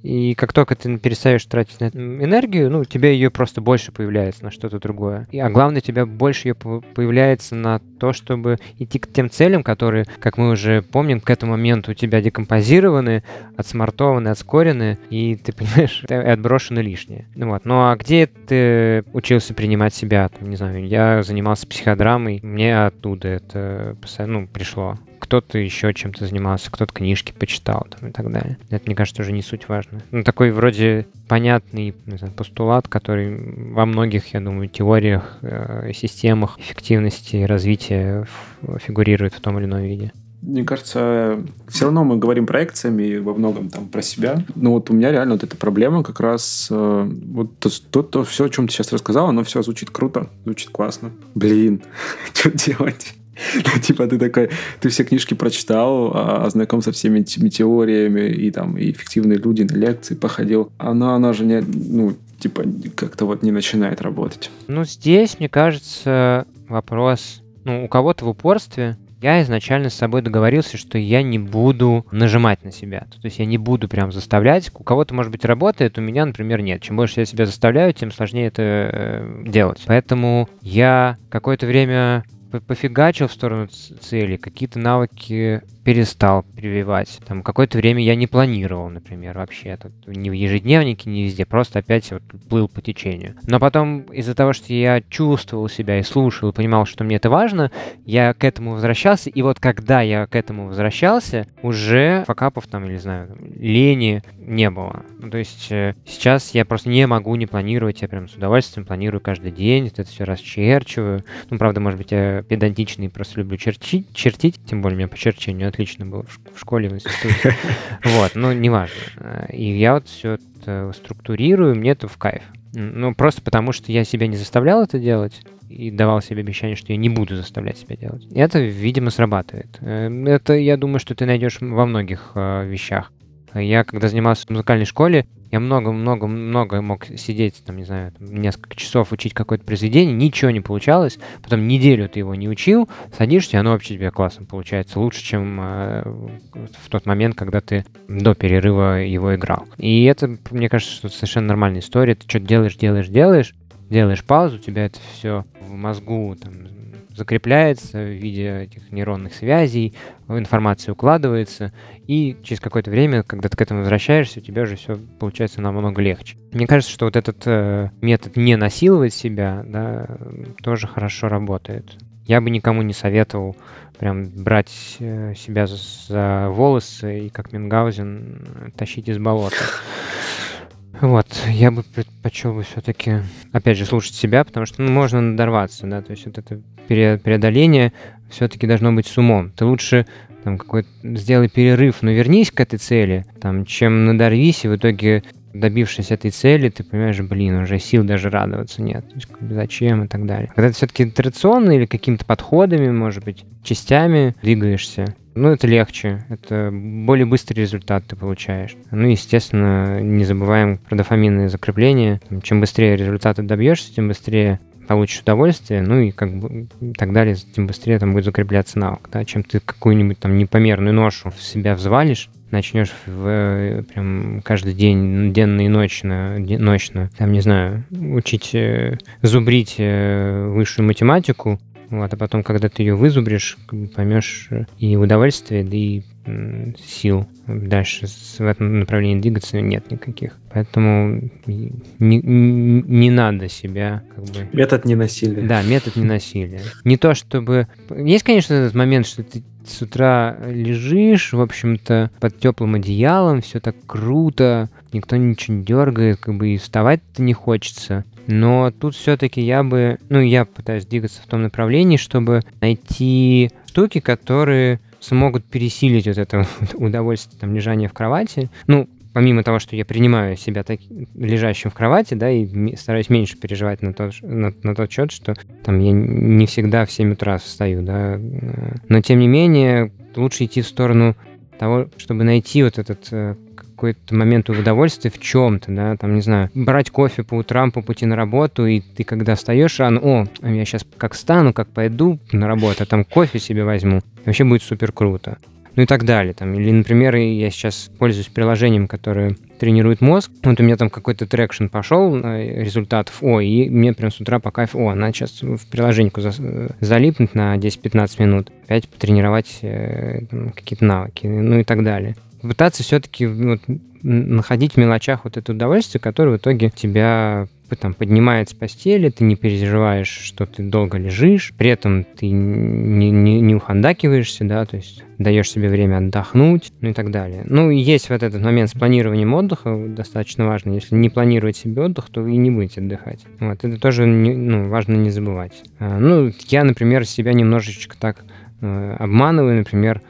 И как только ты перестаешь тратить на это энергию, ну, у тебя ее просто больше появляется на что-то другое. И, а главное, у тебя больше ее появляется на то, чтобы идти к тем целям, которые, как мы уже помним, к этому моменту у тебя декомпозированы, отсмартованы, отскорены, и ты понимаешь, и отброшено лишнее. Ну вот. Ну а где ты учился принимать себя? Там, не знаю, я занимался психодрамой, мне оттуда это, ну, пришло. Кто-то еще чем-то занимался, кто-то книжки почитал там, и так далее. Это, мне кажется, уже не суть важно. Ну, такой вроде понятный, не знаю, постулат, который во многих, я думаю, теориях, э, системах эффективности и развития фигурирует в том или ином виде. Мне кажется, все равно мы говорим проекциями во многом там про себя. Но вот у меня реально вот эта проблема как раз... Э, вот то, то, то все, о чем ты сейчас рассказал, оно все звучит круто, звучит классно. Блин, что делать? Ну, типа ты такой, ты все книжки прочитал, ознаком со всеми этими теориями, и там и эффективные люди на лекции походил. Она, она же не, ну, типа, как-то вот не начинает работать. Ну, здесь, мне кажется, вопрос, ну, у кого-то в упорстве. Я изначально с собой договорился, что я не буду нажимать на себя. То есть я не буду прям заставлять. У кого-то, может быть, работает, у меня, например, нет. Чем больше я себя заставляю, тем сложнее это э, делать. Поэтому я какое-то время пофигачил в сторону цели, какие-то навыки перестал прививать. Там какое-то время я не планировал, например, вообще. Тут ни в ежедневнике, ни везде. Просто опять вот плыл по течению. Но потом из-за того, что я чувствовал себя и слушал, и понимал, что мне это важно, я к этому возвращался. И вот когда я к этому возвращался, уже факапов там, или, не знаю, лени не было. Ну, то есть э, сейчас я просто не могу не планировать. Я прям с удовольствием планирую каждый день. Это все расчерчиваю. Ну, правда, может быть, я педантичный, просто люблю черчить, чертить. Тем более у меня по черчению отлично было в школе, в институте. Вот, но неважно. И я вот все это структурирую, мне это в кайф. Ну, просто потому, что я себя не заставлял это делать и давал себе обещание, что я не буду заставлять себя делать. И это, видимо, срабатывает. Это, я думаю, что ты найдешь во многих вещах. Я, когда занимался в музыкальной школе, я много-много-много мог сидеть, там, не знаю, там, несколько часов учить какое-то произведение, ничего не получалось, потом неделю ты его не учил, садишься, и оно вообще тебе классно получается, лучше, чем э, в тот момент, когда ты до перерыва его играл. И это, мне кажется, что совершенно нормальная история. Ты что-то делаешь, делаешь, делаешь, делаешь паузу, у тебя это все в мозгу там закрепляется в виде этих нейронных связей, информация укладывается, и через какое-то время, когда ты к этому возвращаешься, у тебя уже все получается намного легче. Мне кажется, что вот этот э, метод не насиловать себя, да, тоже хорошо работает. Я бы никому не советовал прям брать э, себя за, за волосы и, как Мюнхгаузен, тащить из болота. Вот, я бы предпочел бы все-таки, опять же, слушать себя, потому что ну, можно надорваться, да, то есть вот это преодоление все-таки должно быть с умом. Ты лучше там какой-то сделай перерыв, но вернись к этой цели, там, чем надорвись, и в итоге, добившись этой цели, ты понимаешь, блин, уже сил даже радоваться нет. То есть, зачем и так далее. Когда ты все-таки итерационно или какими-то подходами, может быть, частями двигаешься, ну, это легче, это более быстрый результат ты получаешь. Ну, естественно, не забываем про дофаминные закрепления. Чем быстрее результата добьешься, тем быстрее получишь удовольствие, ну и как бы и так далее, тем быстрее там будет закрепляться навык. Да? Чем ты какую-нибудь там непомерную ношу в себя взвалишь, начнешь в, прям каждый день, денно и ночно, ночно, там, не знаю, учить, зубрить высшую математику, вот, а потом, когда ты ее вызубришь, поймешь и удовольствие, да и м, сил дальше в этом направлении двигаться нет никаких. Поэтому не, не, не надо себя как бы... Метод ненасилия. Да, метод ненасилия. Не то чтобы... Есть, конечно, этот момент, что ты с утра лежишь, в общем-то, под теплым одеялом, все так круто, никто ничего не дергает, как бы и вставать-то не хочется. Но тут все-таки я бы, ну, я пытаюсь двигаться в том направлении, чтобы найти штуки, которые смогут пересилить вот это удовольствие там лежания в кровати. Ну, помимо того, что я принимаю себя так, лежащим в кровати, да, и стараюсь меньше переживать на тот, на, на тот счет, что там я не всегда в семь утра встаю, да. Но, тем не менее, лучше идти в сторону того, чтобы найти вот этот какой-то момент удовольствия в чем-то, да, там, не знаю, брать кофе по утрам по пути на работу, и ты когда встаешь рано, о, я сейчас как встану, как пойду на работу, а там кофе себе возьму, вообще будет супер круто. Ну и так далее. Там. Или, например, я сейчас пользуюсь приложением, которое тренирует мозг. Вот у меня там какой-то трекшн пошел результатов, о, и мне прям с утра по кайфу, о, надо сейчас в приложеньку за, залипнуть на десять-пятнадцать минут, опять потренировать э, там, какие-то навыки, ну и так далее. Пытаться все-таки вот, находить в мелочах вот это удовольствие, которое в итоге тебя там, поднимает с постели, ты не переживаешь, что ты долго лежишь, при этом ты не, не, не ухандакиваешься, да, то есть даешь себе время отдохнуть, ну и так далее. Ну и есть вот этот момент с планированием отдыха, достаточно важно. Если не планировать себе отдых, то вы и не будете отдыхать. Вот, это тоже не, ну, важно не забывать. А, ну, я, например, себя немножечко так э, обманываю, например,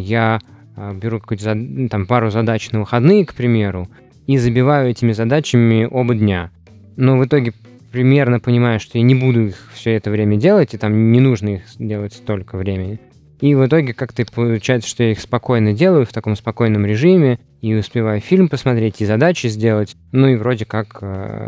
я беру какую-то там пару задач на выходные, к примеру, и забиваю этими задачами оба дня. Но в итоге примерно понимаю, что я не буду их все это время делать, и там не нужно их делать столько времени. И в итоге как-то получается, что я их спокойно делаю в таком спокойном режиме, и успеваю фильм посмотреть, и задачи сделать, ну и вроде как,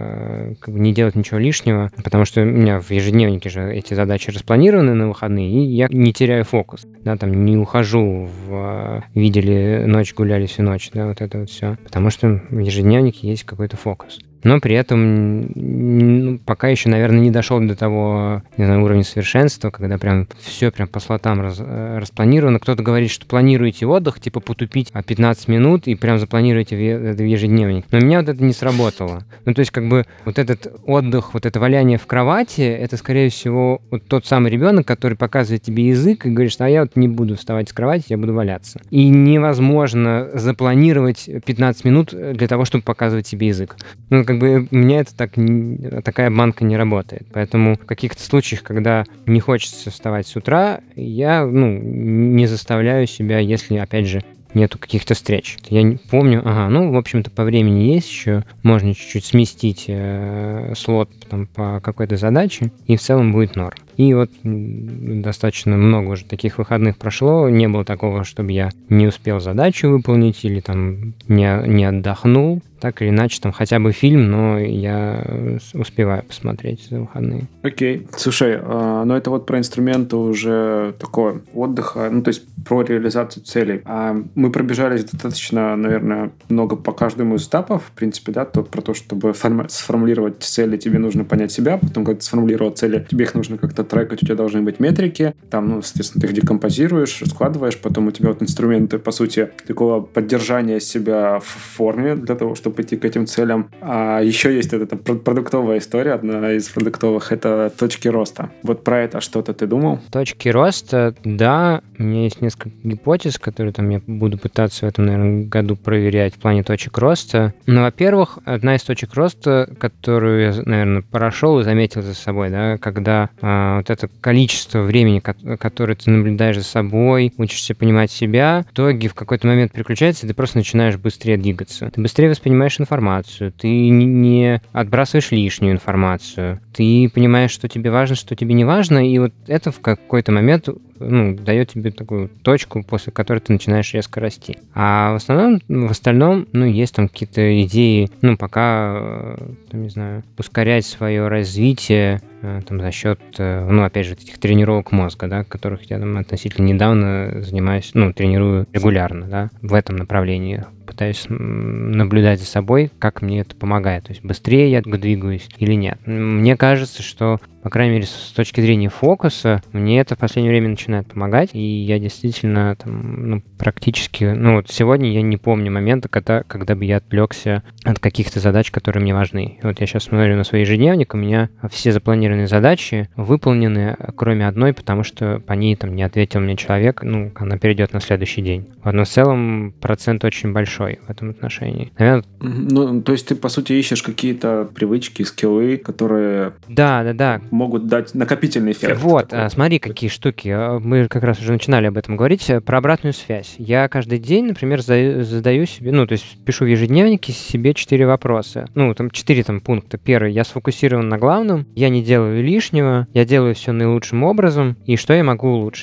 э, как бы не делать ничего лишнего, потому что у меня в ежедневнике же эти задачи распланированы на выходные, и я не теряю фокус, да, там не ухожу в «видели ночь, гуляли всю ночь», да, вот это вот все, потому что в ежедневнике есть какой-то фокус. Но при этом ну, пока еще, наверное, не дошел до того, не знаю, уровня совершенства, когда прям все прям по слотам раз, распланировано. Кто-то говорит, что планируете отдых, типа потупить пятнадцать минут и прям запланируете в ежедневник. Но у меня вот это не сработало. Ну, то есть, как бы, вот этот отдых, вот это валяние в кровати, это, скорее всего, вот тот самый ребенок, который показывает тебе язык и говорит, что а я вот не буду вставать с кровати, я буду валяться. И невозможно запланировать пятнадцать минут для того, чтобы показывать тебе язык. Ну, как бы у меня это так, такая обманка не работает. Поэтому в каких-то случаях, когда не хочется вставать с утра, я ну, не заставляю себя, если, опять же, нету каких-то встреч. Я не помню, ага, ну, в общем-то, по времени есть еще, можно чуть-чуть сместить э, слот там, по какой-то задаче, и в целом будет норм. И вот достаточно много уже таких выходных прошло, не было такого, чтобы я не успел задачу выполнить или там не, не отдохнул, так или иначе, там хотя бы фильм, но я успеваю посмотреть за выходные. Окей. Слушай, э, ну это вот про инструменты уже такого отдыха, ну то есть про реализацию целей. А мы пробежались достаточно, наверное, много по каждому из этапов, в принципе, да, то, про то, чтобы форми- сформулировать цели, тебе нужно понять себя, потом, когда ты сформулировал цели, тебе их нужно как-то трекать, у тебя должны быть метрики, там, ну, соответственно, ты их декомпозируешь, раскладываешь, потом у тебя вот инструменты, по сути, такого поддержания себя в форме для того, чтобы идти к этим целям. А еще есть эта продуктовая история, одна из продуктовых, это точки роста. Вот про это что-то ты думал? Точки роста, да, у меня есть несколько гипотез, которые там я буду пытаться в этом, наверное, году проверять в плане точек роста. Но, во-первых, одна из точек роста, которую я, наверное, прошел и заметил за собой, да, когда а, вот это количество времени, которое ты наблюдаешь за собой, учишься понимать себя, в итоге в какой-то момент переключается, и ты просто начинаешь быстрее двигаться. Ты быстрее воспринимаешь информацию, ты не отбрасываешь лишнюю информацию, ты понимаешь, что тебе важно, что тебе не важно, и вот это в какой-то момент ну, дает тебе такую точку, после которой ты начинаешь резко расти. А в основном, в остальном, ну, есть там какие-то идеи, ну, пока, там, не знаю, ускорять свое развитие там, за счет, ну, опять же, этих тренировок мозга, да, которых я там относительно недавно занимаюсь, ну, тренирую регулярно, да, в этом направлении. Пытаюсь наблюдать за собой, как мне это помогает. То есть быстрее я двигаюсь или нет. Мне кажется, что, по крайней мере, с точки зрения фокуса, мне это в последнее время начинает помогать. И я действительно там, ну, практически... Ну, вот сегодня я не помню момента, когда, когда бы я отвлекся от каких-то задач, которые мне важны. Вот я сейчас смотрю на свой ежедневник, у меня все запланированные задачи выполнены, кроме одной, потому что по ней там не ответил мне человек, ну, она перейдет на следующий день. Вот, но в целом процент очень большой в этом отношении. Наверное... Ну, то есть ты, по сути, ищешь какие-то привычки, скиллы, которые да, да, да. могут дать накопительный эффект. Вот, такой. Смотри, какие штуки. Мы как раз уже начинали об этом говорить, про обратную связь. Я каждый день, например, задаю себе, ну, то есть пишу в ежедневнике себе четыре вопроса. Ну, там четыре там, пункта. Первый, я сфокусирован на главном, я не делаю лишнего, я делаю все наилучшим образом, и что я могу улучшить.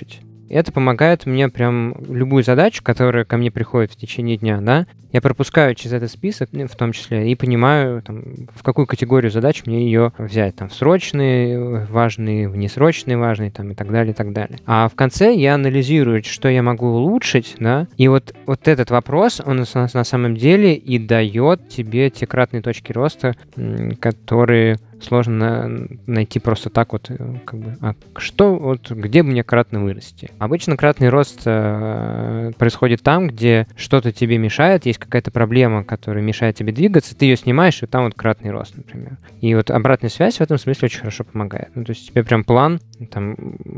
Это помогает мне прям любую задачу, которая ко мне приходит в течение дня, да, я пропускаю через этот список, в том числе, и понимаю, там, в какую категорию задач мне ее взять. Там, в срочные, важные, в несрочные, важные, там, и так далее, и так далее. А в конце я анализирую, что я могу улучшить, да, и вот, вот этот вопрос, он на, на самом деле и дает тебе те кратные точки роста, которые сложно найти просто так вот, как бы, а что, вот, где мне кратно вырасти? Обычно кратный рост э, происходит там, где что-то тебе мешает, есть какая-то проблема, которая мешает тебе двигаться, ты ее снимаешь, и там вот кратный рост, например. И вот обратная связь в этом смысле очень хорошо помогает. Ну, то есть тебе прям план, там,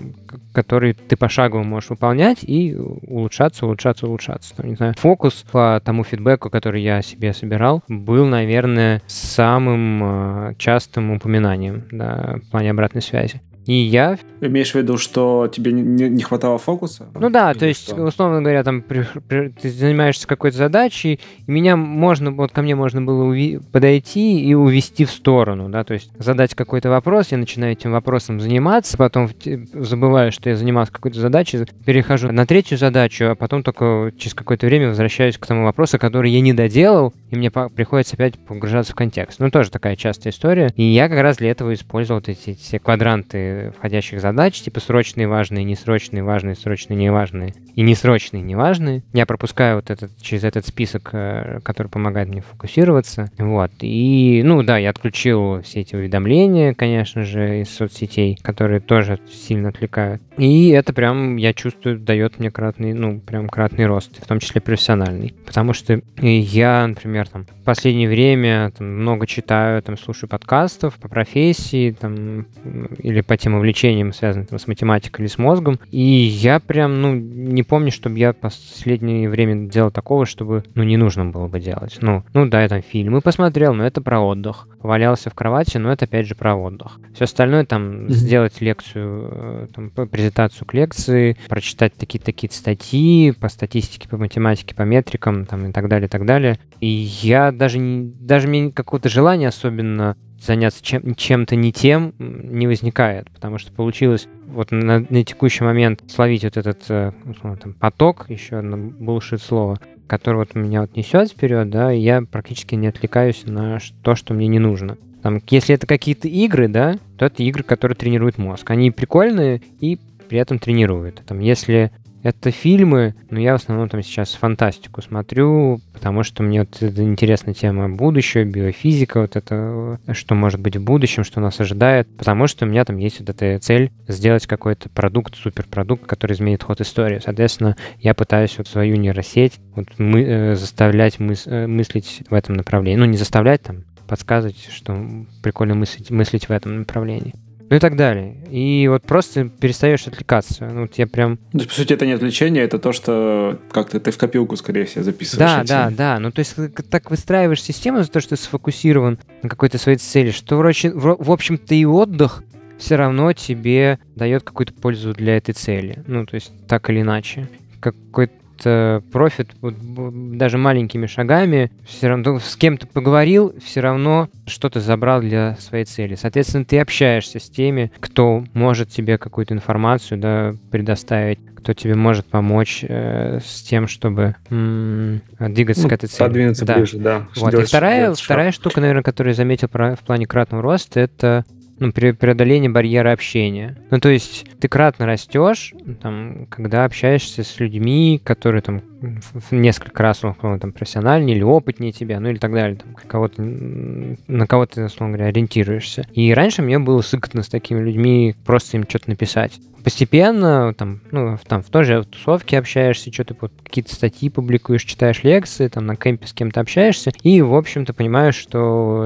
который ты пошагово можешь выполнять и улучшаться, улучшаться, улучшаться. Там, не знаю, фокус по тому фидбэку, который я себе собирал, был, наверное, самым э, частым упоминанием, да, в плане обратной связи. И я... Имеешь в виду, что тебе не, не хватало фокуса? Ну да, Или то есть, что? условно говоря, там при, при, ты занимаешься какой-то задачей, и меня можно, вот ко мне можно было уви- подойти и увести в сторону, да, то есть задать какой-то вопрос, я начинаю этим вопросом заниматься, потом забываю, что я занимался какой-то задачей, перехожу на третью задачу, а потом только через какое-то время возвращаюсь к тому вопросу, который я не доделал, и мне по- приходится опять погружаться в контекст. Ну, тоже такая частая история. И я как раз для этого использовал вот эти все квадранты входящих задач, типа срочные, важные, несрочные, важные, срочные, неважные и несрочные, неважные. Я пропускаю вот этот, через этот список, который помогает мне фокусироваться. Вот. И, ну да, я отключил все эти уведомления, конечно же, из соцсетей, которые тоже сильно отвлекают. И это прям, я чувствую, дает мне кратный, ну, прям кратный рост, в том числе профессиональный. Потому что я, например, там, в последнее время там, много читаю, там, слушаю подкастов по профессии, там, или по тем увлечениям, связанным там, с математикой или с мозгом. И я прям, ну, не помню, чтобы я в последнее время делал такого, чтобы, ну, не нужно было бы делать. Ну, ну да, я там фильмы посмотрел, но это про отдых. Валялся в кровати, но это опять же про отдых. Все остальное, там, mm-hmm. сделать лекцию, там, презентацию к лекции, прочитать такие-такие статьи по статистике, по математике, по метрикам, там, и так далее, и так далее. И я даже, не, даже мне какого-то желания особенно заняться чем- чем-то не тем не возникает, потому что получилось вот на, на текущий момент словить вот этот условно, там, поток, еще одно булшит слово, который вот меня вот несет вперед, да, и я практически не отвлекаюсь на то, что мне не нужно. Там, если это какие-то игры, да, то это игры, которые тренируют мозг. Они прикольные и при этом тренируют. Там, если это фильмы, но я в основном там сейчас фантастику смотрю, потому что мне вот это интересная тема будущего, биофизика, вот это, что может быть в будущем, что нас ожидает, потому что у меня там есть вот эта цель сделать какой-то продукт, суперпродукт, который изменит ход истории. Соответственно, я пытаюсь вот свою нейросеть вот мы, э, заставлять мыс, э, мыслить в этом направлении. Ну, не заставлять, там, подсказывать, что прикольно мыслить, мыслить в этом направлении. Ну и так далее. И вот просто перестаешь отвлекаться. Ну, вот я прям... То есть, по сути, это не отвлечение, это то, что как-то ты в копилку, скорее всего, записываешь. Да, эти... да, да. Ну, то есть, так выстраиваешь систему за то, что ты сфокусирован на какой-то своей цели, что, вроде, в общем-то, и отдых все равно тебе дает какую-то пользу для этой цели. Ну, то есть, так или иначе. Какой-то профит, вот, даже маленькими шагами, все равно с кем-то поговорил, все равно что-то забрал для своей цели. Соответственно, ты общаешься с теми, кто может тебе какую-то информацию, да, предоставить, кто тебе может помочь э, с тем, чтобы м- двигаться ну, к этой цели. Подвинуться да. ближе, да. Вот. И вторая, вторая штука, наверное, которую я заметил про, в плане кратного роста, это ну, преодоление барьера общения. Ну, то есть ты кратно растешь, там, когда общаешься с людьми, которые там в несколько раз, условно, там, профессиональнее или опытнее тебя, ну, или так далее, там, кого-то, на кого ты, условно говоря, ориентируешься. И раньше мне было сыкотно с такими людьми просто им что-то написать. Постепенно, там, ну, там, в той же тусовке общаешься, что-то вот, какие-то статьи публикуешь, читаешь лекции, там, на кемпе с кем-то общаешься, и, в общем-то, понимаешь, что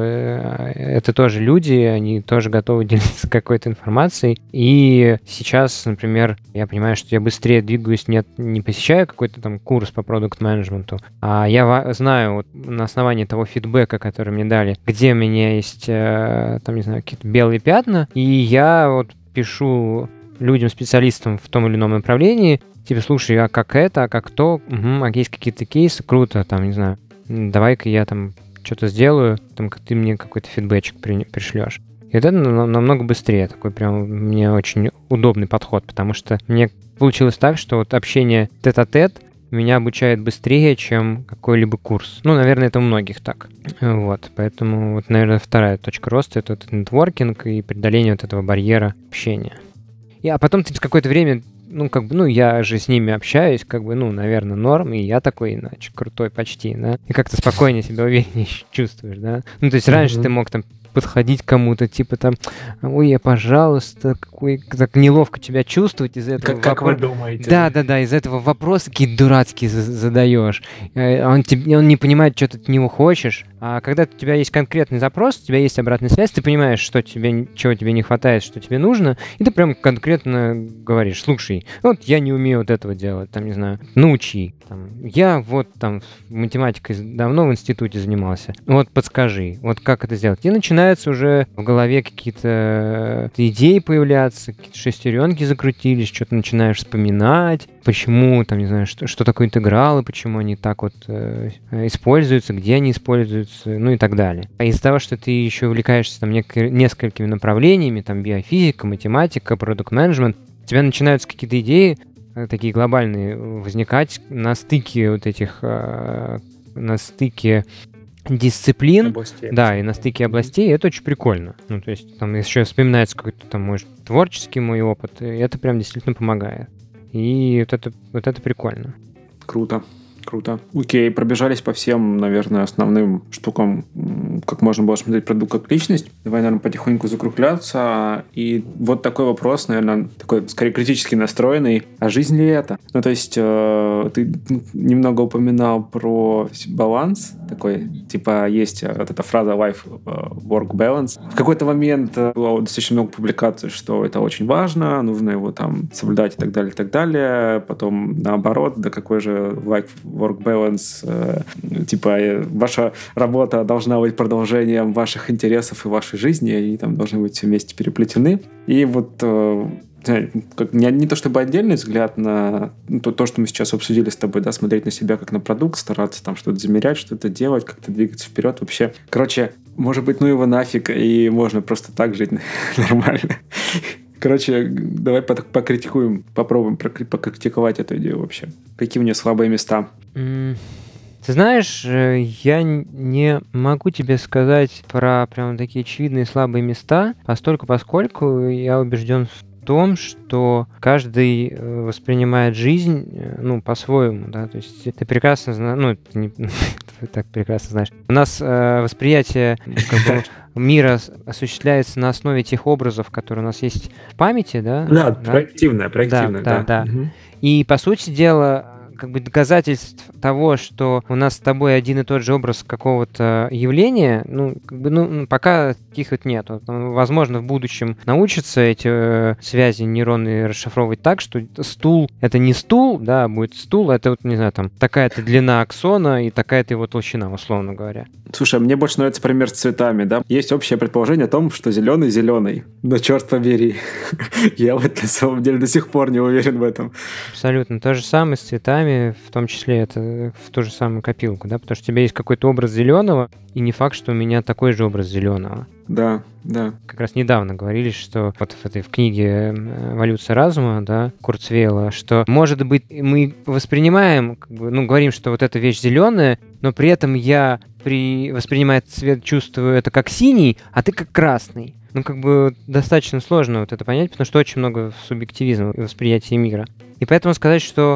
это тоже люди, они тоже готовы делиться какой-то информацией. И сейчас, например, я понимаю, что я быстрее двигаюсь, не, не посещаю какой-то там курс по продукт-менеджменту, а я знаю вот, на основании того фидбэка, который мне дали, где у меня есть, там, не знаю, какие-то белые пятна, и я вот пишу людям, специалистам в том или ином направлении, типа, слушай, а как это, а как то, угу, а есть какие-то кейсы, круто, там, не знаю, давай-ка я там что-то сделаю, там, ты мне какой-то фидбэчик при, пришлешь. И это намного быстрее. Такой прям мне очень удобный подход, потому что мне получилось так, что вот общение тет-а-тет меня обучает быстрее, чем какой-либо курс. Ну, наверное, это у многих так. Вот, поэтому, вот, наверное, вторая точка роста — это вот нетворкинг и преодоление вот этого барьера общения. И, а потом ты какое-то время, ну, как бы, ну, я же с ними общаюсь, как бы, ну, наверное, норм, и я такой, иначе, крутой почти, да, и как-то спокойнее себя, увереннее чувствуешь, да. Ну, то есть раньше mm-hmm. ты мог там подходить к кому-то, типа там, ой, я, пожалуйста, какой, так неловко тебя чувствовать из-за этого. Как, вопро... как вы думаете? Да, да, да, из-за этого вопросы какие-то дурацкие задаешь. Он, тебе, он не понимает, что ты от него хочешь. А когда у тебя есть конкретный запрос, у тебя есть обратная связь, ты понимаешь, что тебе, чего тебе не хватает, что тебе нужно, и ты прям конкретно говоришь: слушай, вот я не умею вот этого делать, там, не знаю, научи. Там, я вот там математикой давно в институте занимался, вот подскажи, вот как это сделать. И начинаются уже в голове какие-то идеи появляться, какие-то шестеренки закрутились, что-то начинаешь вспоминать, почему, там, не знаю, что, что такое интегралы, почему они так вот э, используются, где они используются, ну и так далее. А из-за того, что ты еще увлекаешься там нек- несколькими направлениями, там биофизика, математика, продукт-менеджмент, у тебя начинаются какие-то идеи такие глобальные возникать на стыке вот этих, на стыке дисциплин, областей, да, и на стыке областей. Это очень прикольно. Ну, то есть там еще вспоминается какой-то там, может, творческий мой опыт, и это прям действительно помогает. И вот это, вот это прикольно. Круто. Круто. Окей, пробежались по всем, наверное, основным штукам, как можно было смотреть продукт как личность. Давай, наверное, потихоньку закругляться. И вот такой вопрос, наверное, такой, скорее, критически настроенный. А жизнь ли это? Ну, то есть, э, ты немного упоминал про баланс. Такой, типа, есть вот эта фраза life-work balance. В какой-то момент было достаточно много публикаций, что это очень важно, нужно его там соблюдать и так далее, и так далее. Потом, наоборот, да какой же life work balance, э, типа, э, ваша работа должна быть продолжением ваших интересов и вашей жизни, и они там должны быть все вместе переплетены. И вот э, как, не, не то чтобы отдельный взгляд на ну, то, то, что мы сейчас обсудили с тобой, да, смотреть на себя как на продукт, стараться там что-то замерять, что-то делать, как-то двигаться вперед. Вообще, короче, может быть, ну его нафиг, и можно просто так жить нормально. Короче, давай покритикуем, попробуем покритиковать эту идею вообще. Какие у нее слабые места? Mm. Ты знаешь, я не могу тебе сказать про прям такие очевидные слабые места, постольку, поскольку я убежден в том, что каждый воспринимает жизнь, ну, по-своему, да, то есть ты прекрасно знаешь, ну, ты, не, ты так прекрасно знаешь. У нас э, восприятие как бы мира осуществляется на основе тех образов, которые у нас есть в памяти, да? Да, да? проективное, проективное, да. Да, да. Угу. И, по сути дела, как бы доказательств того, что у нас с тобой один и тот же образ какого-то явления, ну, как бы, ну, пока таких вот нет. Возможно, в будущем научатся эти э, связи нейронные расшифровывать так, что стул — это не стул, да, будет стул, это вот, не знаю, там, такая-то длина аксона и такая-то его толщина, условно говоря. Слушай, мне больше нравится пример с цветами, да? Есть общее предположение о том, что зеленый зеленый. Но черт побери, я вот на самом деле до сих пор не уверен в этом. Абсолютно. То же самое с цветами, в том числе это в ту же самую копилку, да? Потому что у тебя есть какой-то образ зеленого, и не факт, что у меня такой же образ зеленого. Да, да. Как раз недавно говорили, что вот в этой в книге «Эволюция разума», да, Курцвейла, что, может быть, мы воспринимаем, как бы, ну, говорим, что вот эта вещь зеленая, но при этом я, при воспринимая цвет, чувствую это как синий, а ты как красный. Ну, как бы достаточно сложно вот это понять, потому что очень много субъективизма и восприятия мира. И поэтому сказать, что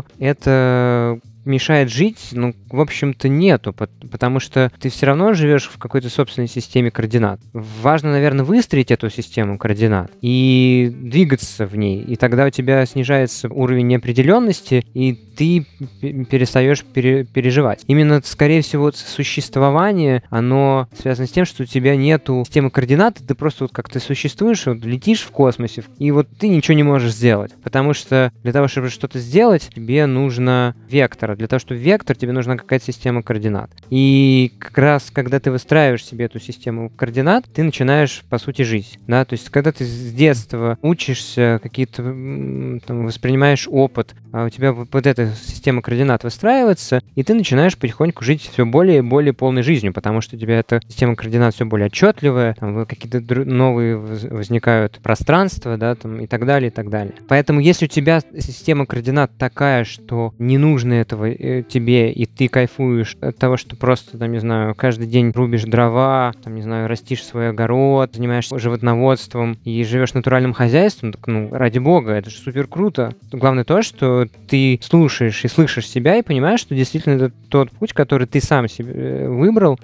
это мешает жить, ну, в общем-то, нету, потому что ты все равно живешь в какой-то собственной системе координат. Важно, наверное, выстроить эту систему координат и двигаться в ней, и тогда у тебя снижается уровень неопределенности, и ты перестаешь пере- переживать. Именно, скорее всего, существование, оно связано с тем, что у тебя нету системы координат, ты просто вот как ты существуешь, вот летишь в космосе, и вот ты ничего не можешь сделать, потому что для того, чтобы что-то сделать, тебе нужно вектор Для того, чтобы вектор, тебе нужна какая-то система координат. И как раз, когда ты выстраиваешь себе эту систему координат, ты начинаешь, по сути, жить. Да? То есть, когда ты с детства учишься, какие-то там, воспринимаешь опыт, а у тебя вот эта система координат выстраивается, и ты начинаешь потихоньку жить все более и более полной жизнью, потому что у тебя эта система координат все более отчетливая, там какие-то новые возникают пространства, да, там, и так далее, и так далее. Поэтому, если у тебя система координат такая, что не нужно этого тебе, и ты кайфуешь от того, что просто, там, не знаю, каждый день рубишь дрова, там, не знаю, растишь свой огород, занимаешься животноводством и живешь натуральным хозяйством, так, ну, ради бога, это же супер круто. Главное то, что ты слушаешь и слышишь себя и понимаешь, что действительно это тот путь, который ты сам себе выбрал,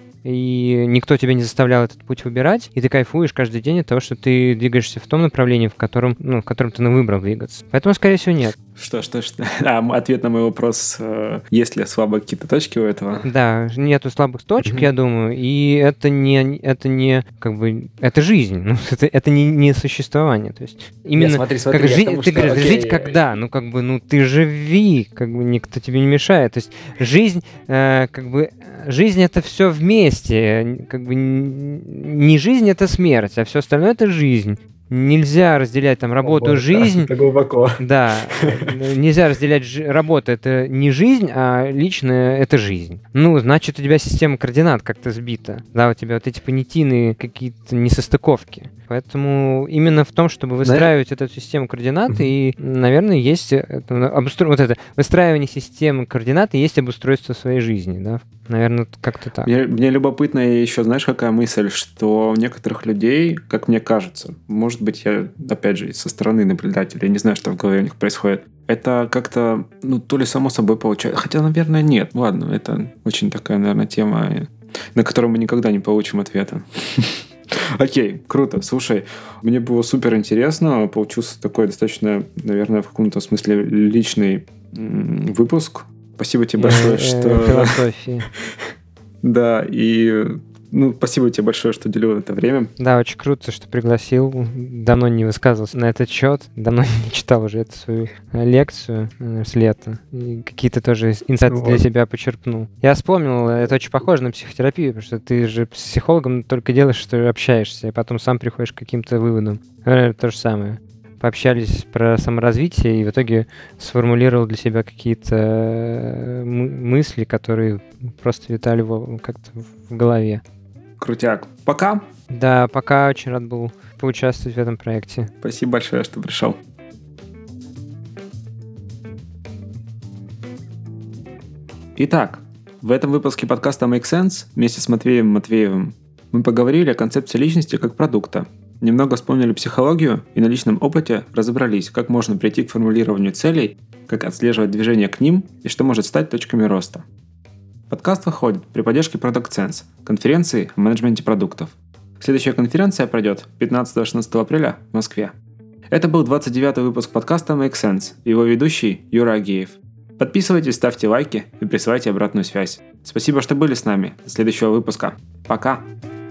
и никто тебя не заставлял этот путь выбирать, и ты кайфуешь каждый день от того, что ты двигаешься в том направлении, в котором, ну, в котором ты выбрал двигаться. Поэтому, скорее всего, нет. Что, что, что? А, ответ на мой вопрос, есть ли слабые какие-то точки у этого? Да, нету слабых точек, mm-hmm. я думаю, и это не, это не, как бы, это жизнь, ну, это, это не, не существование, то есть именно, Нет, смотри, смотри, как жить, тому, ты что, говоришь, окей, жить когда, ну, как бы, ну, ты живи, как бы, никто тебе не мешает, то есть жизнь, э, как бы, жизнь это все вместе, как бы, не жизнь это смерть, а все остальное это жизнь. Нельзя разделять там работу, О, жизнь. Это глубоко. Да, нельзя разделять жи- работу, это не жизнь, а личное это жизнь. Ну, значит, у тебя система координат как-то сбита. Да, у тебя вот эти понятийные какие-то несостыковки. Поэтому именно в том, чтобы выстраивать да. эту систему координат, mm-hmm. и, наверное, есть это, обустро... вот это выстраивание системы координат и есть обустройство своей жизни, да. Наверное, как-то так. Мне, мне любопытно еще, знаешь, какая мысль, что у некоторых людей, как мне кажется, может быть, я, опять же, со стороны наблюдателя, я не знаю, что в голове у них происходит, это как-то, ну, то ли само собой получается, хотя, наверное, нет. Ладно, это очень такая, наверное, тема, на которую мы никогда не получим ответа. Окей, круто. Слушай, мне было супер интересно. Получился такой достаточно, наверное, в каком-то смысле личный выпуск. Спасибо тебе большое, что... Философии. Да, и... Ну, спасибо тебе большое, что уделил это время. Да, очень круто, что пригласил. Давно не высказывался на этот счет. Давно не читал уже эту свою лекцию с лета. И какие-то тоже инсайты вот. Для себя почерпнул. Я вспомнил, это очень похоже на психотерапию, потому что ты же с психологом только делаешь, что общаешься, и потом сам приходишь к каким-то выводам. Наверное, то же самое. Пообщались про саморазвитие, и в итоге сформулировал для себя какие-то мысли, которые просто витали как-то в голове. Крутяк. Пока. Да, пока. Очень рад был поучаствовать в этом проекте. Спасибо большое, что пришел. Итак, в этом выпуске подкаста Make Sense вместе с Матвеем Матвеевым мы поговорили о концепции личности как продукта. Немного вспомнили психологию и на личном опыте разобрались, как можно прийти к формулированию целей, как отслеживать движение к ним и что может стать точками роста. Подкаст выходит при поддержке Product Sense, конференции о менеджменте продуктов. Следующая конференция пройдет пятнадцатого-шестнадцатого апреля в Москве. Это был двадцать девятый выпуск подкаста Make Sense и его ведущий Юра Агеев. Подписывайтесь, ставьте лайки и присылайте обратную связь. Спасибо, что были с нами. До следующего выпуска. Пока!